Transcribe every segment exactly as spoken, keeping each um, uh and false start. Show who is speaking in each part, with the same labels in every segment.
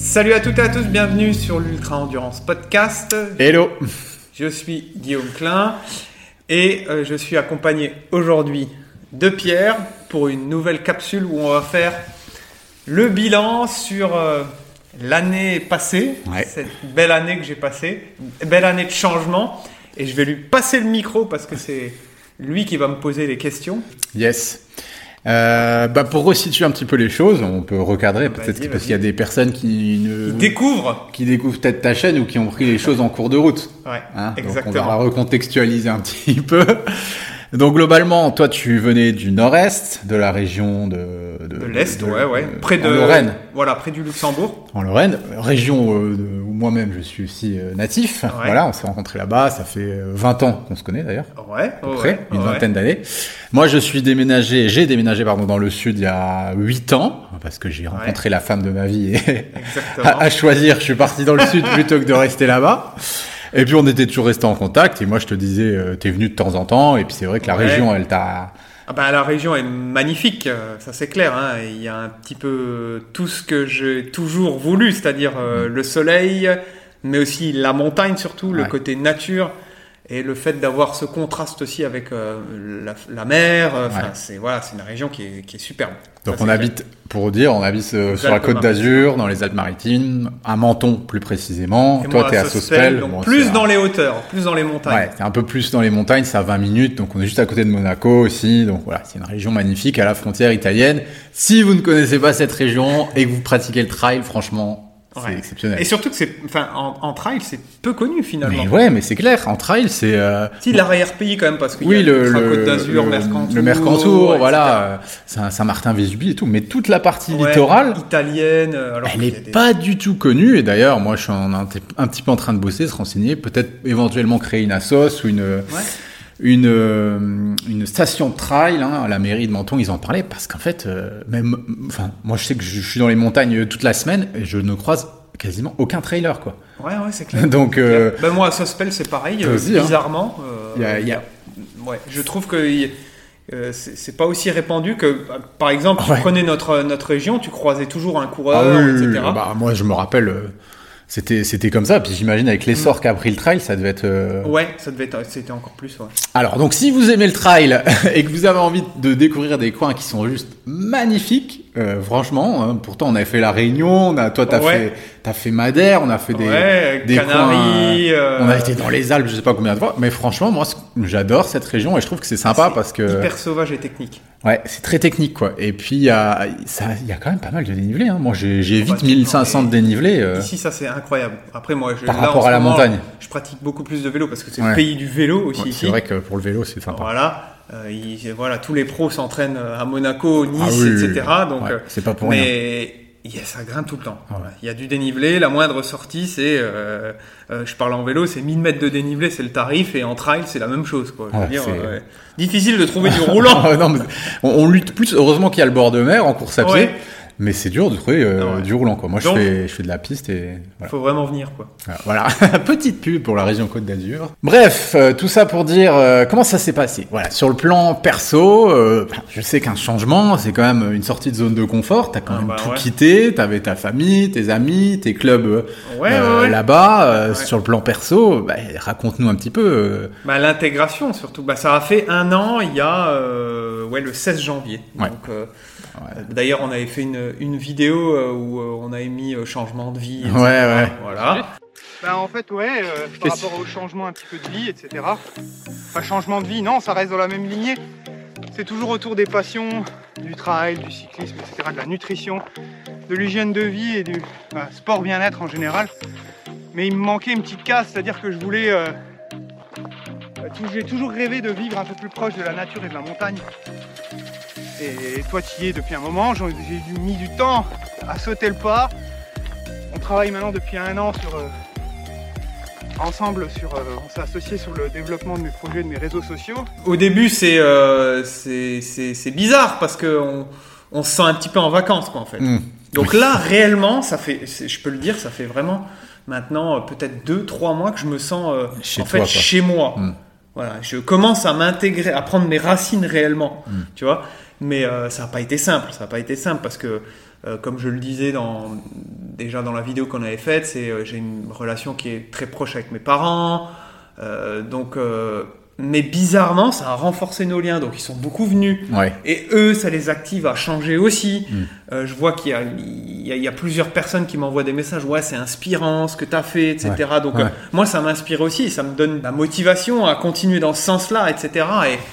Speaker 1: Salut à toutes et à tous, bienvenue sur l'Ultra Endurance Podcast.
Speaker 2: Hello.
Speaker 1: Je suis Guillaume Klein et euh, je suis accompagné aujourd'hui de Pierre pour une nouvelle capsule où on va faire le bilan sur euh, l'année passée,
Speaker 2: ouais.
Speaker 1: cette belle année que j'ai passée, une belle année de changement. Et je vais lui passer le micro parce que c'est lui qui va me poser les questions.
Speaker 2: Yes. Euh, bah pour resituer un petit peu les choses, on peut recadrer peut-être
Speaker 1: vas-y,
Speaker 2: parce
Speaker 1: vas-y.
Speaker 2: qu'il y a des personnes qui ne
Speaker 1: Il découvre.
Speaker 2: qui découvrent peut-être ta chaîne ou qui ont pris les choses en cours de route.
Speaker 1: Ouais,
Speaker 2: Hein,
Speaker 1: exactement.
Speaker 2: donc on va recontextualiser un petit peu. Donc globalement, toi tu venais du nord-est, de la région de de,
Speaker 1: De l'Est,
Speaker 2: de-
Speaker 1: ouais, ouais.
Speaker 2: de-
Speaker 1: Près de
Speaker 2: en Lorraine.
Speaker 1: Voilà, près du Luxembourg.
Speaker 2: En Lorraine, région euh, de- où moi-même je suis aussi euh, natif.
Speaker 1: Ouais.
Speaker 2: Voilà, on s'est rencontrés là-bas, ça fait euh, vingt ans qu'on se connaît d'ailleurs.
Speaker 1: Ouais,
Speaker 2: À peu
Speaker 1: ouais,
Speaker 2: près, une
Speaker 1: ouais.
Speaker 2: vingtaine d'années. Moi, je suis déménagé, j'ai déménagé pardon dans le sud il y a huit ans parce que j'ai rencontré la femme de ma vie et
Speaker 1: Exactement.
Speaker 2: à, à choisir, je suis parti dans le sud plutôt que de rester là-bas. Et puis on était toujours restés en contact et moi je te disais euh, t'es venu de temps en temps et puis c'est vrai que la
Speaker 1: Ouais.
Speaker 2: région elle t'a
Speaker 1: Ah bah, la région est magnifique, euh, ça c'est clair. Hein. Il y a un petit peu tout ce que j'ai toujours voulu, c'est-à-dire euh, le soleil, mais aussi la montagne surtout, le
Speaker 2: Ouais.
Speaker 1: côté nature et le fait d'avoir ce contraste aussi avec euh, la, la mer. Enfin,
Speaker 2: Ouais.
Speaker 1: c'est voilà, c'est une région qui est, qui est superbe.
Speaker 2: donc
Speaker 1: Ça,
Speaker 2: on
Speaker 1: c'est
Speaker 2: habite pour dire on habite euh,
Speaker 1: Aux
Speaker 2: sur la côte
Speaker 1: Alpes-Maritimes.
Speaker 2: d'Azur dans les Alpes-Maritimes à Menton plus précisément.
Speaker 1: clair. Et
Speaker 2: Toi
Speaker 1: moi,
Speaker 2: t'es à Sospel,
Speaker 1: donc
Speaker 2: Bon,
Speaker 1: plus
Speaker 2: c'est
Speaker 1: dans
Speaker 2: à-
Speaker 1: les hauteurs, plus dans les montagnes.
Speaker 2: Ouais, c'est un peu plus dans les montagnes, c'est à vingt minutes, donc on est juste à côté de Monaco aussi, donc voilà, c'est une région magnifique à la frontière italienne. Si vous ne connaissez pas cette région et que vous pratiquez le trail, franchement, c'est
Speaker 1: Ouais.
Speaker 2: exceptionnel.
Speaker 1: Et surtout que c'est, enfin, en, en trail, c'est peu connu finalement.
Speaker 2: Mais ouais, mais c'est clair, en trail, c'est... Euh...
Speaker 1: Si l'arrière-pays quand même, parce qu'il
Speaker 2: Oui,
Speaker 1: y a
Speaker 2: le,
Speaker 1: l'Ultra
Speaker 2: le,
Speaker 1: Côte d'Azur,
Speaker 2: le,
Speaker 1: Mercantour,
Speaker 2: le Mercantour,
Speaker 1: et cetera.
Speaker 2: voilà, euh, Saint- Saint-Martin-Vésubie et tout, mais toute la partie
Speaker 1: Ouais,
Speaker 2: littorale,
Speaker 1: italienne. euh, Alors
Speaker 2: elle
Speaker 1: qu'il y
Speaker 2: n'est
Speaker 1: a des-
Speaker 2: pas du tout connue, et d'ailleurs, moi, je suis en- un, un petit peu en train de bosser, se renseigner, peut-être éventuellement créer une assos ou une...
Speaker 1: Ouais.
Speaker 2: une euh, une station de trail hein, à la mairie de Menton, ils en parlaient parce qu'en fait euh, même enfin moi je sais que je, je suis dans les montagnes toute la semaine et je ne croise quasiment aucun trailer quoi.
Speaker 1: Ouais, ouais, c'est clair.
Speaker 2: Donc
Speaker 1: C'est
Speaker 2: euh,
Speaker 1: clair. Ben, moi, à Sospel, c'est pareil.
Speaker 2: toi
Speaker 1: euh,
Speaker 2: aussi, hein.
Speaker 1: bizarrement. euh,
Speaker 2: Il y a- il y a-
Speaker 1: Ouais, je trouve que il- euh, c'est c'est pas aussi répandu que, euh, par exemple, tu
Speaker 2: Ouais.
Speaker 1: prenais notre, notre région, tu croisais toujours un
Speaker 2: ah
Speaker 1: coureur,
Speaker 2: oui, oui,
Speaker 1: et
Speaker 2: oui,
Speaker 1: cetera.
Speaker 2: bah moi je me rappelle euh, c'était c'était comme ça puis j'imagine avec l'essor qu'a pris le trail ça devait être euh,
Speaker 1: Ouais, ça devait être, c'était encore plus. Ouais.
Speaker 2: Alors, donc, si vous aimez le trail et que vous avez envie de découvrir des coins qui sont juste magnifiques, euh, franchement, hein, pourtant on avait fait la Réunion, on a, toi t'as
Speaker 1: Ouais.
Speaker 2: fait, t'as fait Madère, on a fait des,
Speaker 1: Ouais,
Speaker 2: des
Speaker 1: Canaries,
Speaker 2: coins,
Speaker 1: euh,
Speaker 2: on a été dans les Alpes, je sais pas combien de fois, mais franchement, moi, ce- j'adore cette région et je trouve que c'est sympa
Speaker 1: C'est
Speaker 2: parce que,
Speaker 1: hyper sauvage et technique.
Speaker 2: ouais, c'est très technique, quoi. Et puis, il y a, ça, il y a quand même pas mal de dénivelé, hein. Moi, j'ai, j'ai
Speaker 1: Bah,
Speaker 2: vite mille cinq cents
Speaker 1: non,
Speaker 2: de
Speaker 1: mais
Speaker 2: dénivelé, euh,
Speaker 1: Ici, ça c'est incroyable. Après, moi, je,
Speaker 2: Par
Speaker 1: là,
Speaker 2: rapport
Speaker 1: en ce
Speaker 2: à la
Speaker 1: moment,
Speaker 2: montagne.
Speaker 1: je pratique beaucoup plus de vélo parce que c'est
Speaker 2: Ouais.
Speaker 1: le pays du vélo aussi
Speaker 2: ouais,
Speaker 1: ici.
Speaker 2: c'est vrai que pour le vélo, c'est sympa.
Speaker 1: Voilà, euh, il- voilà, tous les pros s'entraînent à Monaco, Nice,
Speaker 2: Ah oui, oui,
Speaker 1: et cetera. Donc,
Speaker 2: ouais,
Speaker 1: euh,
Speaker 2: c'est pas pour rien.
Speaker 1: mais yeah, ça grimpe tout le temps.
Speaker 2: Ah ouais.
Speaker 1: Il y a du dénivelé. La moindre sortie, c'est, euh, euh, je parle en vélo, c'est mille mètres de dénivelé, c'est le tarif, et en trail, c'est la même chose. Quoi. Je veux
Speaker 2: Ouais,
Speaker 1: dire,
Speaker 2: c'est-
Speaker 1: euh, difficile de trouver du roulant.
Speaker 2: Ah, non, mais on, on lutte plus. Heureusement qu'il y a le bord de mer en course à pied,
Speaker 1: Ouais.
Speaker 2: mais c'est dur de trouver euh,
Speaker 1: Ah ouais.
Speaker 2: du roulant. Quoi. Moi,
Speaker 1: Donc-
Speaker 2: je fais, je fais de la piste et voilà.
Speaker 1: Faut vraiment venir, quoi.
Speaker 2: Voilà, petite pub pour la région Côte d'Azur. Bref, euh, tout ça pour dire euh, comment ça s'est passé. Voilà, sur le plan perso, euh, je sais qu'un changement, c'est quand même une sortie de zone de confort. T'as quand
Speaker 1: Ah
Speaker 2: même
Speaker 1: bah
Speaker 2: tout
Speaker 1: ouais.
Speaker 2: quitté. T'avais ta famille, tes amis, tes clubs euh,
Speaker 1: Ouais,
Speaker 2: euh,
Speaker 1: ouais, ouais.
Speaker 2: là-bas. Euh,
Speaker 1: Ouais.
Speaker 2: Sur le plan perso, bah, raconte-nous un petit peu. euh,
Speaker 1: Bah, l'intégration surtout. Bah, ça a fait un an il y a euh, ouais, le seize janvier.
Speaker 2: Ouais.
Speaker 1: Donc, euh,
Speaker 2: Ouais.
Speaker 1: euh, d'ailleurs, on avait fait une, une vidéo euh, où euh, on avait mis euh, changement de vie. et cetera.
Speaker 2: Ouais, ouais.
Speaker 1: Voilà.
Speaker 3: Bah en fait ouais, euh, par
Speaker 2: Qu'est-ce-
Speaker 3: rapport au changement un petit peu de vie, et cetera. Enfin changement de vie, non, ça reste dans la même lignée. C'est toujours autour des passions, du trail, du cyclisme, et cetera, de la nutrition, de l'hygiène de vie et du bah, sport bien-être en général. Mais il me manquait une petite case, c'est-à-dire que je voulais... euh, euh, tout- j'ai toujours rêvé de vivre un peu plus proche de la nature et de la montagne. Et toi tu y es depuis un moment, j'ai j'ai mis du temps à sauter le pas. On travaille maintenant depuis un an sur... euh, ensemble sur, euh, on s'est associés sur le développement de mes projets, de mes réseaux sociaux.
Speaker 1: Au début, c'est euh, c'est c'est c'est bizarre parce que on, on se sent un petit peu en vacances, quoi, en fait.
Speaker 2: hmm.
Speaker 1: Donc là, réellement, ça fait, c'est- je peux le dire, ça fait vraiment maintenant euh, peut-être deux, trois mois que je me sens euh,
Speaker 2: Chez
Speaker 1: en
Speaker 2: toi,
Speaker 1: fait
Speaker 2: quoi.
Speaker 1: chez moi.
Speaker 2: Mm.
Speaker 1: Voilà, je commence à m'intégrer, à prendre mes racines réellement,
Speaker 2: Mm.
Speaker 1: tu vois. Mais euh, ça n'a pas été simple, ça n'a pas été simple parce que, euh, comme je le disais dans déjà dans la vidéo qu'on avait faite, c'est euh, j'ai une relation qui est très proche avec mes parents. Euh, donc, euh, mais bizarrement, ça a renforcé nos liens. Donc, ils sont beaucoup venus.
Speaker 2: Ouais.
Speaker 1: Et eux, ça les active à changer aussi.
Speaker 2: Mm.
Speaker 1: Euh, je vois qu'il y a, il y a, il y a plusieurs personnes qui m'envoient des messages. Ouais, c'est inspirant ce que tu as fait, et cetera.
Speaker 2: Ouais.
Speaker 1: Donc,
Speaker 2: Ouais.
Speaker 1: euh, moi, ça m'inspire aussi. Et ça me donne la motivation à continuer dans ce sens-là, et cetera. Et,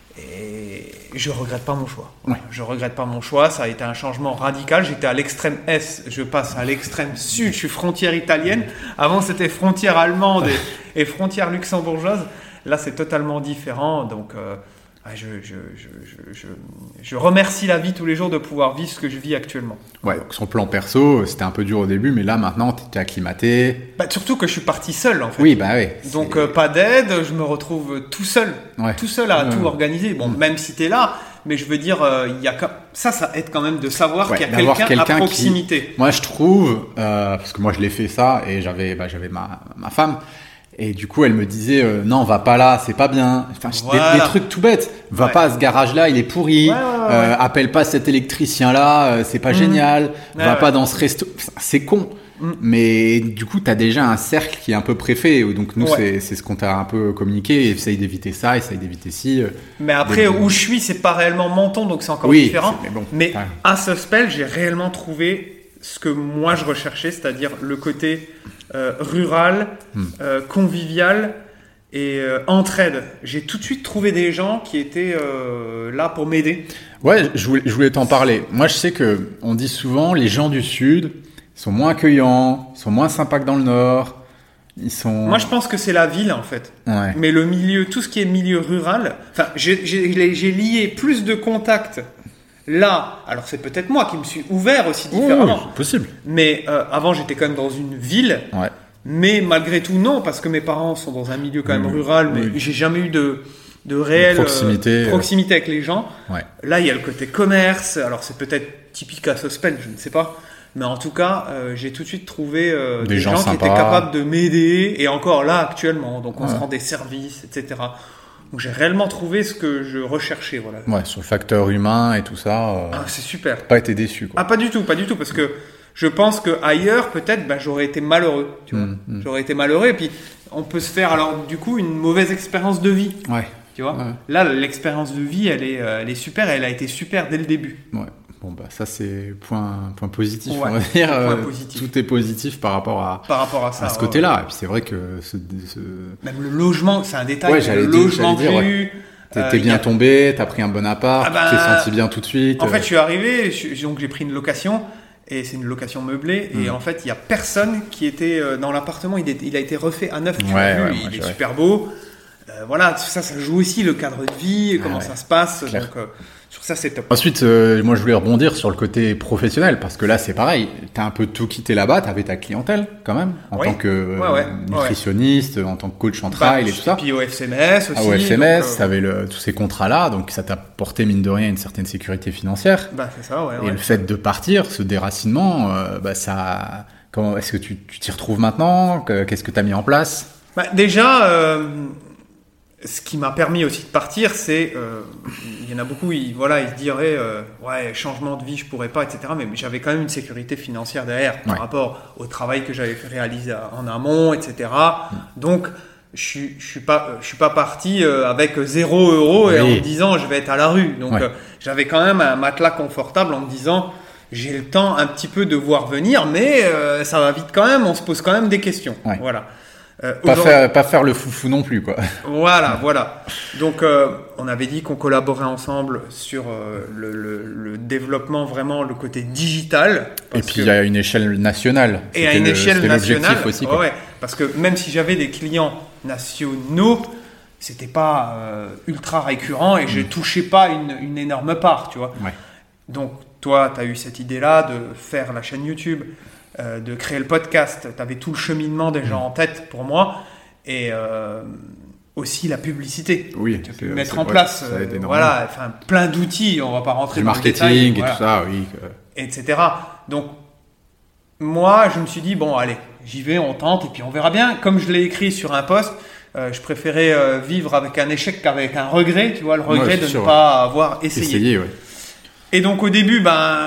Speaker 1: et je regrette pas mon choix.
Speaker 2: Ouais.
Speaker 1: Je regrette pas mon choix. Ça a été un changement radical. J'étais à l'extrême est, je passe à l'extrême sud. Je suis frontière italienne. Avant, c'était frontière allemande et, et frontière luxembourgeoise. Là, c'est totalement différent. Donc, euh, je, je, je, je, je, je remercie la vie tous les jours de pouvoir vivre ce que je vis actuellement.
Speaker 2: Ouais, donc sur le plan perso, c'était un peu dur au début, mais là, maintenant, t'es acclimaté.
Speaker 1: Bah, surtout que je suis parti seul, en fait.
Speaker 2: Oui, bah oui.
Speaker 1: Donc, euh, pas d'aide. Je me retrouve tout seul.
Speaker 2: Ouais.
Speaker 1: Tout seul à
Speaker 2: Ouais.
Speaker 1: tout organiser. Bon,
Speaker 2: Mm.
Speaker 1: même si t'es là. Mais je veux dire, euh, il y a quand- ça, ça aide quand même de savoir
Speaker 2: Ouais,
Speaker 1: qu'il y a
Speaker 2: d'avoir
Speaker 1: quelqu'un,
Speaker 2: quelqu'un
Speaker 1: à
Speaker 2: qui-
Speaker 1: proximité.
Speaker 2: Moi, je trouve, euh, parce que moi, je l'ai fait ça, et j'avais, bah, j'avais ma, ma femme, et du coup, elle me disait, euh, non, va pas là, c'est pas bien. Enfin, des-
Speaker 1: Voilà.
Speaker 2: des, trucs tout bêtes. Va
Speaker 1: Ouais.
Speaker 2: pas à ce garage-là, il est pourri.
Speaker 1: Ouais, ouais, ouais,
Speaker 2: Euh,
Speaker 1: ouais.
Speaker 2: appelle pas cet électricien-là, euh, c'est pas
Speaker 1: Mhm.
Speaker 2: génial.
Speaker 1: Ouais,
Speaker 2: va
Speaker 1: ouais.
Speaker 2: pas dans ce resto. Enfin, c'est con.
Speaker 1: Mm.
Speaker 2: Mais du coup, t'as déjà un cercle qui est un peu préfet. Donc nous,
Speaker 1: Ouais.
Speaker 2: c'est, c'est ce qu'on t'a un peu communiqué. Essaye d'éviter ça, essaye d'éviter ci. euh.
Speaker 1: Mais après,
Speaker 2: Des-
Speaker 1: où je suis, c'est pas réellement Menton, donc c'est encore
Speaker 2: Oui,
Speaker 1: différent.
Speaker 2: c'est- mais bon,
Speaker 1: mais
Speaker 2: ouais.
Speaker 1: à Sospel, j'ai réellement trouvé ce que moi je recherchais, c'est-à-dire le côté euh, rural,
Speaker 2: Hmm.
Speaker 1: euh, convivial et euh, entraide. J'ai tout de suite trouvé des gens qui étaient euh, là pour m'aider.
Speaker 2: Ouais, je voulais, je voulais t'en parler. Moi, je sais que on dit souvent les gens du Sud sont moins accueillants, sont moins sympas que dans le Nord. Ils sont.
Speaker 1: Moi, je pense que c'est la ville en fait.
Speaker 2: Ouais.
Speaker 1: Mais le milieu, tout ce qui est milieu rural, enfin, j'ai, j'ai, j'ai lié plus de contacts là. Alors, c'est peut-être moi qui me suis ouvert aussi différemment.
Speaker 2: Oh, possible.
Speaker 1: Mais euh, avant, j'étais quand même dans une ville.
Speaker 2: Ouais.
Speaker 1: Mais malgré tout, non, parce que mes parents sont dans un milieu quand même
Speaker 2: Oui,
Speaker 1: rural, mais
Speaker 2: oui.
Speaker 1: j'ai jamais eu de, de réelle
Speaker 2: De proximité,
Speaker 1: euh,
Speaker 2: euh.
Speaker 1: proximité avec les gens.
Speaker 2: Ouais.
Speaker 1: Là, il y a le côté commerce. Alors, c'est peut-être typique à Sospel, je ne sais pas. Mais en tout cas, euh, j'ai tout de suite trouvé euh,
Speaker 2: Des
Speaker 1: des,
Speaker 2: gens
Speaker 1: gens, qui
Speaker 2: sympas.
Speaker 1: étaient capables de m'aider. Et encore là, actuellement. Donc, on
Speaker 2: Ouais.
Speaker 1: se rend des services, et cetera. Donc, j'ai réellement trouvé ce que je recherchais. Voilà.
Speaker 2: Ouais, sur le facteur humain et tout ça, euh,
Speaker 1: Ah, c'est super.
Speaker 2: pas été déçu, quoi.
Speaker 1: Ah, pas du tout, pas du tout. Parce que je pense qu'ailleurs, peut-être, bah, j'aurais été malheureux. Tu vois.
Speaker 2: Mm, mm.
Speaker 1: J'aurais été malheureux. Et puis, on peut se faire, alors, du coup, une mauvaise expérience de vie.
Speaker 2: Ouais.
Speaker 1: Tu vois.
Speaker 2: Ouais.
Speaker 1: Là, l'expérience de vie, elle est, euh, elle est super. Elle a été super dès le début.
Speaker 2: Ouais. Bon, bah, ça, c'est point, point positif,
Speaker 1: Ouais,
Speaker 2: on va dire.
Speaker 1: point
Speaker 2: Euh,
Speaker 1: positif.
Speaker 2: Tout est positif par rapport à,
Speaker 1: Par rapport à ça.
Speaker 2: à ce
Speaker 1: ouais,
Speaker 2: côté-là. Et puis, c'est vrai que ce, ce...
Speaker 1: Même le logement, c'est un détail.
Speaker 2: Ouais,
Speaker 1: mais
Speaker 2: j'allais
Speaker 1: le
Speaker 2: dire-
Speaker 1: logement que
Speaker 2: j'allais
Speaker 1: j'ai
Speaker 2: dire,
Speaker 1: eu.
Speaker 2: T'es,
Speaker 1: euh,
Speaker 2: t'es
Speaker 1: il y
Speaker 2: bien
Speaker 1: a-
Speaker 2: tombé, t'as pris un bon appart,
Speaker 1: Ah bah,
Speaker 2: tu t'es senti bien tout de suite.
Speaker 1: En
Speaker 2: euh.
Speaker 1: fait, je suis arrivé, je- donc j'ai pris une location. Et c'est une location meublée. Et
Speaker 2: Mm.
Speaker 1: en fait, il y a personne qui était euh, dans l'appartement. Il, est- il a été refait à neuf. Tu
Speaker 2: Ouais,
Speaker 1: l'as vu,
Speaker 2: ouais,
Speaker 1: il
Speaker 2: ouais,
Speaker 1: est
Speaker 2: ouais.
Speaker 1: super beau. Euh, voilà, tout ça, ça joue aussi le cadre de vie, comment
Speaker 2: ouais,
Speaker 1: ça se passe.
Speaker 2: clair.
Speaker 1: Donc, euh, sur ça, c'est top.
Speaker 2: Ensuite, euh, moi, je voulais rebondir sur le côté professionnel parce que là, c'est pareil. T'as un peu tout quitté là-bas, t'avais ta clientèle quand même, en
Speaker 1: Oui.
Speaker 2: tant que euh,
Speaker 1: Ouais, ouais,
Speaker 2: nutritionniste, en tant que coach en
Speaker 1: Bah,
Speaker 2: trail et tout ça.
Speaker 1: Puis au F C M S aussi.
Speaker 2: Ah, au F C M S,
Speaker 1: donc, euh,
Speaker 2: t'avais le, tous ces contrats-là, donc ça t'a porté mine de rien une certaine sécurité financière.
Speaker 1: bah, c'est ça, ouais.
Speaker 2: Et
Speaker 1: ouais.
Speaker 2: le fait de partir, ce déracinement, euh, bah ça. Comment est-ce que tu, tu t'y retrouves maintenant? Que- Qu'est-ce que t'as mis en place?
Speaker 1: Bah, déjà, euh, ce qui m'a permis aussi de partir, c'est, euh, il y en a beaucoup, ils, voilà, ils se diraient, euh, ouais, changement de vie, je pourrais pas, et cetera. Mais j'avais quand même une sécurité financière derrière par
Speaker 2: Ouais.
Speaker 1: rapport au travail que j'avais fait réaliser en amont, et cetera. Donc, je suis, je suis pas, euh, je suis pas parti euh, avec zéro euro et en
Speaker 2: Oui.
Speaker 1: me disant, je vais être à la rue. Donc,
Speaker 2: Ouais.
Speaker 1: euh, j'avais quand même un matelas confortable en me disant, j'ai le temps un petit peu de voir venir, mais euh, ça va vite quand même. On se pose quand même des questions.
Speaker 2: Ouais.
Speaker 1: Voilà. Euh,
Speaker 2: Pas
Speaker 1: aujourd'hui-
Speaker 2: faire, pas faire le foufou non plus, quoi.
Speaker 1: voilà, voilà. Donc, euh, on avait dit qu'on collaborait ensemble sur euh, le, le- le développement, vraiment le côté digital.
Speaker 2: Et
Speaker 1: parce
Speaker 2: puis
Speaker 1: que-
Speaker 2: il y a une échelle nationale.
Speaker 1: et à
Speaker 2: C'était
Speaker 1: une
Speaker 2: le-
Speaker 1: échelle
Speaker 2: c'était l'objectif
Speaker 1: nationale.
Speaker 2: aussi, quoi.
Speaker 1: ouais, parce que même si j'avais des clients nationaux, c'était pas euh, ultra récurrent et je touchais pas une, une énorme part, tu vois.
Speaker 2: Ouais.
Speaker 1: Donc, toi, tu as eu cette idée-là de faire la chaîne YouTube, euh, de créer le podcast. Tu avais tout le cheminement déjà en tête pour moi. Et euh, aussi la publicité.
Speaker 2: Oui,
Speaker 1: Tu as pu
Speaker 2: c'est-
Speaker 1: mettre
Speaker 2: c'est-
Speaker 1: en
Speaker 2: ouais,
Speaker 1: place
Speaker 2: ça aide
Speaker 1: euh,
Speaker 2: énormément.
Speaker 1: voilà, enfin, plein d'outils. On va pas rentrer
Speaker 2: Du
Speaker 1: dans le détail,
Speaker 2: marketing et
Speaker 1: voilà,
Speaker 2: tout ça, oui. que-
Speaker 1: et cetera. Donc, moi, je me suis dit, bon, allez, j'y vais, on tente, et puis on verra bien. Comme je l'ai écrit sur un post, euh, je préférais euh, vivre avec un échec qu'avec un regret, tu vois, le regret
Speaker 2: Ouais,
Speaker 1: de
Speaker 2: c'est
Speaker 1: ne
Speaker 2: sûr,
Speaker 1: pas avoir essayé.
Speaker 2: Essayer, ouais.
Speaker 1: Et donc au début, ben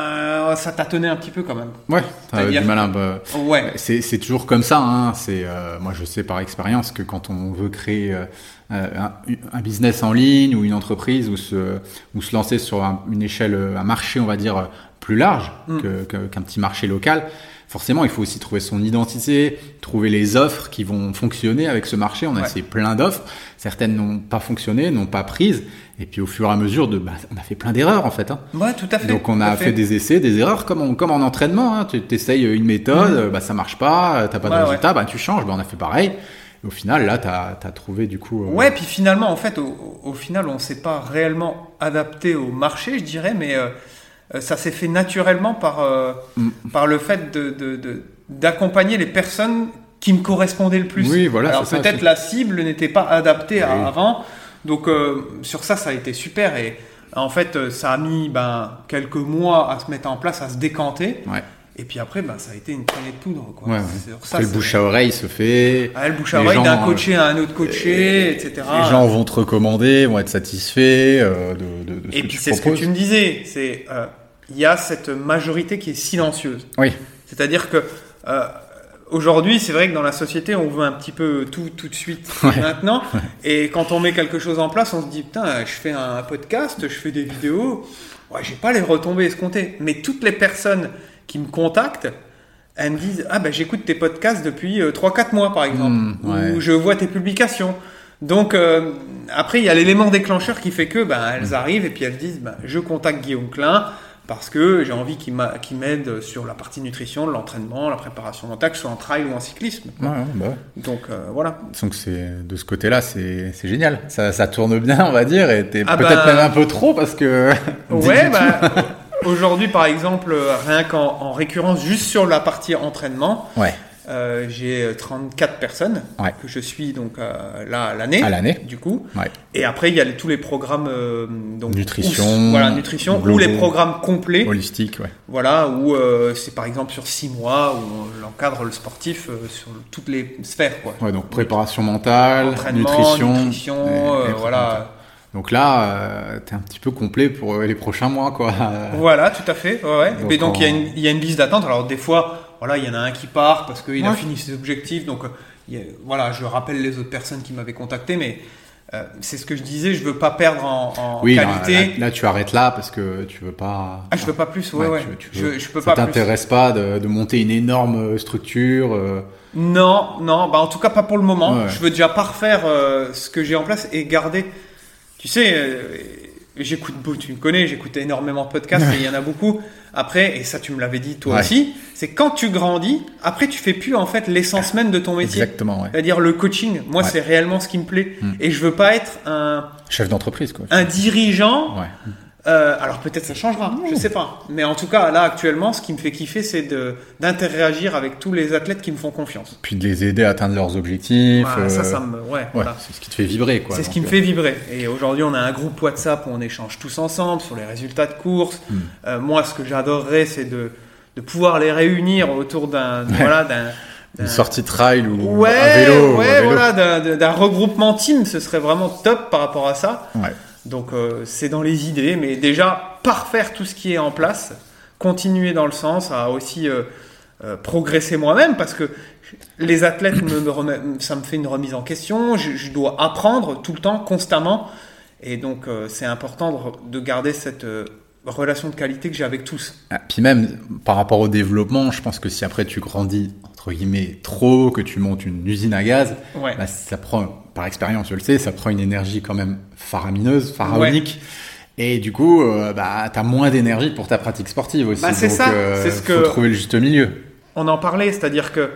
Speaker 1: euh, ça tâtonnait un petit peu quand même.
Speaker 2: Ouais, t'as du mal un peu.
Speaker 1: Ouais.
Speaker 2: C'est, c'est toujours comme ça. Hein. C'est, euh, moi, je sais par expérience que quand on veut créer euh, un, un business en ligne ou une entreprise ou se, ou se lancer sur un, une échelle, un marché, on va dire, plus large mm. que, que, qu'un petit marché local, forcément, il faut aussi trouver son identité, trouver les offres qui vont fonctionner avec ce marché. On a ouais. essayé plein d'offres. Certaines n'ont pas fonctionné, n'ont pas prise. Et puis, au fur et à mesure, de, bah, on a fait plein d'erreurs, en fait. Hein.
Speaker 1: Ouais, tout à fait.
Speaker 2: Donc, on a fait. fait des essais, des erreurs, comme, on, comme en entraînement. Hein. Tu essayes une méthode, mmh. bah, ça marche pas, t'as pas de ouais, résultat, ouais. bah, tu changes. Bah, on a fait pareil. Et au final, là, t'as, t'as trouvé, du coup... Euh...
Speaker 1: Ouais, puis finalement, en fait, au, au final, on s'est pas réellement adapté au marché, je dirais, mais euh, ça s'est fait naturellement par, euh, mmh. par le fait de, de, de, d'accompagner les personnes qui me correspondaient le plus.
Speaker 2: Oui, voilà.
Speaker 1: Alors,
Speaker 2: c'est
Speaker 1: peut-être
Speaker 2: ça,
Speaker 1: la cible n'était pas adaptée à,
Speaker 2: oui.
Speaker 1: avant. Donc euh, sur ça, ça a été super et en fait, ça a mis ben, quelques mois à se mettre en place, à se décanter.
Speaker 2: Ouais.
Speaker 1: Et puis après, ben, ça a été une traînée de poudre. Quoi.
Speaker 2: Ouais, ouais.
Speaker 1: Sur ça,
Speaker 2: le bouche à oreille se fait.
Speaker 1: Ah, le bouche à oreille d'un coaché à un autre coaché,
Speaker 2: et,
Speaker 1: et cetera.
Speaker 2: Les gens vont te recommander, vont être satisfaits euh, de, de, de ce
Speaker 1: et
Speaker 2: que
Speaker 1: puis
Speaker 2: tu
Speaker 1: c'est
Speaker 2: proposes.
Speaker 1: ce que tu me disais, c'est euh, il y a cette majorité qui est silencieuse.
Speaker 2: Oui.
Speaker 1: C'est-à-dire que euh, aujourd'hui, c'est vrai que dans la société, on veut un petit peu tout, tout de suite,
Speaker 2: ouais.
Speaker 1: maintenant. Et quand on met quelque chose en place, on se dit, putain, je fais un podcast, je fais des vidéos, ouais, j'ai pas les retombées escomptées. Mais toutes les personnes qui me contactent, elles me disent, ah ben j'écoute tes podcasts depuis euh, trois quatre mois, par exemple, mmh, ouais. ou je vois tes publications. Donc, euh, après, il y a l'élément déclencheur qui fait que, ben, elles mmh. arrivent et puis elles disent, ben, je contacte Guillaume Klein, parce que j'ai envie qu'il, m'a, qu'il m'aide sur la partie nutrition, l'entraînement, la préparation mentale, que ce soit en trail ou en cyclisme.
Speaker 2: Ouais, bah ouais.
Speaker 1: Donc euh, voilà.
Speaker 2: Donc c'est, de ce côté-là, c'est, c'est génial. Ça, ça tourne bien, on va dire, et t'es
Speaker 1: ah
Speaker 2: peut-être
Speaker 1: bah,
Speaker 2: même un peu trop parce que...
Speaker 1: Ouais, bah, aujourd'hui par exemple, rien qu'en en récurrence, juste sur la partie entraînement,
Speaker 2: ouais.
Speaker 1: Euh, j'ai trente-quatre personnes
Speaker 2: ouais.
Speaker 1: que je suis donc euh, là à l'année,
Speaker 2: à l'année,
Speaker 1: du coup.
Speaker 2: Ouais.
Speaker 1: Et après il y a les, tous les programmes euh, donc
Speaker 2: nutrition,
Speaker 1: où, voilà nutrition ou les programmes complets,
Speaker 2: holistique, ouais.
Speaker 1: Voilà où euh, c'est par exemple sur six mois où on encadre le sportif euh, sur toutes les sphères, quoi.
Speaker 2: Ouais, donc préparation mentale, nutrition,
Speaker 1: nutrition, et, et euh, voilà.
Speaker 2: Donc là, euh, t'es un petit peu complet pour les prochains mois, quoi.
Speaker 1: Voilà, tout à fait. Ouais, ouais. Donc, Mais donc il
Speaker 2: en...
Speaker 1: y a une, il y a une liste d'attente. Alors des fois. Voilà, il y en a un qui part parce qu'il ouais. a fini ses objectifs. Donc, il y a, voilà, je rappelle les autres personnes qui m'avaient contacté, mais euh, c'est ce que je disais, je veux pas perdre en, en
Speaker 2: oui,
Speaker 1: qualité.
Speaker 2: Oui, là, là, tu arrêtes là parce que tu veux pas.
Speaker 1: Ah, je veux pas plus, ouais, ouais. ouais.
Speaker 2: Tu, tu veux...
Speaker 1: je, je peux
Speaker 2: ça
Speaker 1: pas
Speaker 2: t'intéresse
Speaker 1: plus.
Speaker 2: pas de, de monter une énorme structure. Euh...
Speaker 1: Non, non, bah en tout cas pas pour le moment.
Speaker 2: Ouais.
Speaker 1: Je veux déjà parfaire euh, ce que j'ai en place et garder. Tu sais, euh, j'écoute beaucoup, tu me connais, j'écoute énormément de podcasts, et il y en a beaucoup. Après, et ça tu me l'avais dit toi ouais. aussi, c'est quand tu grandis, après tu fais plus en fait l'essence même de ton métier.
Speaker 2: Exactement, ouais.
Speaker 1: C'est-à-dire le coaching, moi ouais. c'est réellement ce qui me plaît. Mm. Et je veux pas être un...
Speaker 2: chef d'entreprise, quoi.
Speaker 1: Un dirigeant.
Speaker 2: Ouais.
Speaker 1: Euh, alors peut-être ça changera, mmh. je sais pas. Mais en tout cas, là actuellement, ce qui me fait kiffer, c'est de, d'interagir avec tous les athlètes qui me font confiance.
Speaker 2: Puis de les aider à atteindre leurs objectifs.
Speaker 1: Ouais,
Speaker 2: euh...
Speaker 1: ça, ça me... Ouais,
Speaker 2: ouais
Speaker 1: voilà.
Speaker 2: C'est ce qui te fait vibrer, quoi.
Speaker 1: C'est ce qui me fait vibrer. Et aujourd'hui, on a un groupe WhatsApp où on échange tous ensemble sur les résultats de course. Mmh. Euh, moi, ce que j'adorerais, c'est de, de pouvoir les réunir autour d'un...
Speaker 2: Ouais.
Speaker 1: Voilà, d'un
Speaker 2: Une d'un... sortie trail ou
Speaker 1: ouais,
Speaker 2: un vélo.
Speaker 1: Ouais,
Speaker 2: un vélo.
Speaker 1: Voilà, d'un, d'un regroupement team, ce serait vraiment top par rapport à ça.
Speaker 2: Ouais.
Speaker 1: Donc euh, c'est dans les idées, mais déjà parfaire tout ce qui est en place, continuer dans le sens à aussi euh, euh, progresser moi-même, parce que les athlètes, me, me remet, ça me fait une remise en question, je, je dois apprendre tout le temps, constamment, et donc euh, c'est important de, de garder cette euh, relation de qualité que j'ai avec tous.
Speaker 2: Ah, puis même par rapport au développement, je pense que si après tu grandis entre guillemets trop, que tu montes une usine à gaz,
Speaker 1: ouais.
Speaker 2: bah, ça prend, par expérience je le sais, ça prend une énergie quand même faramineuse, pharaonique. Ouais. Et du coup, euh, bah, tu as moins d'énergie pour ta pratique sportive aussi.
Speaker 1: Bah, c'est
Speaker 2: donc,
Speaker 1: ça,
Speaker 2: euh,
Speaker 1: c'est ce
Speaker 2: faut
Speaker 1: que
Speaker 2: trouver le juste milieu.
Speaker 1: On en parlait, c'est-à-dire que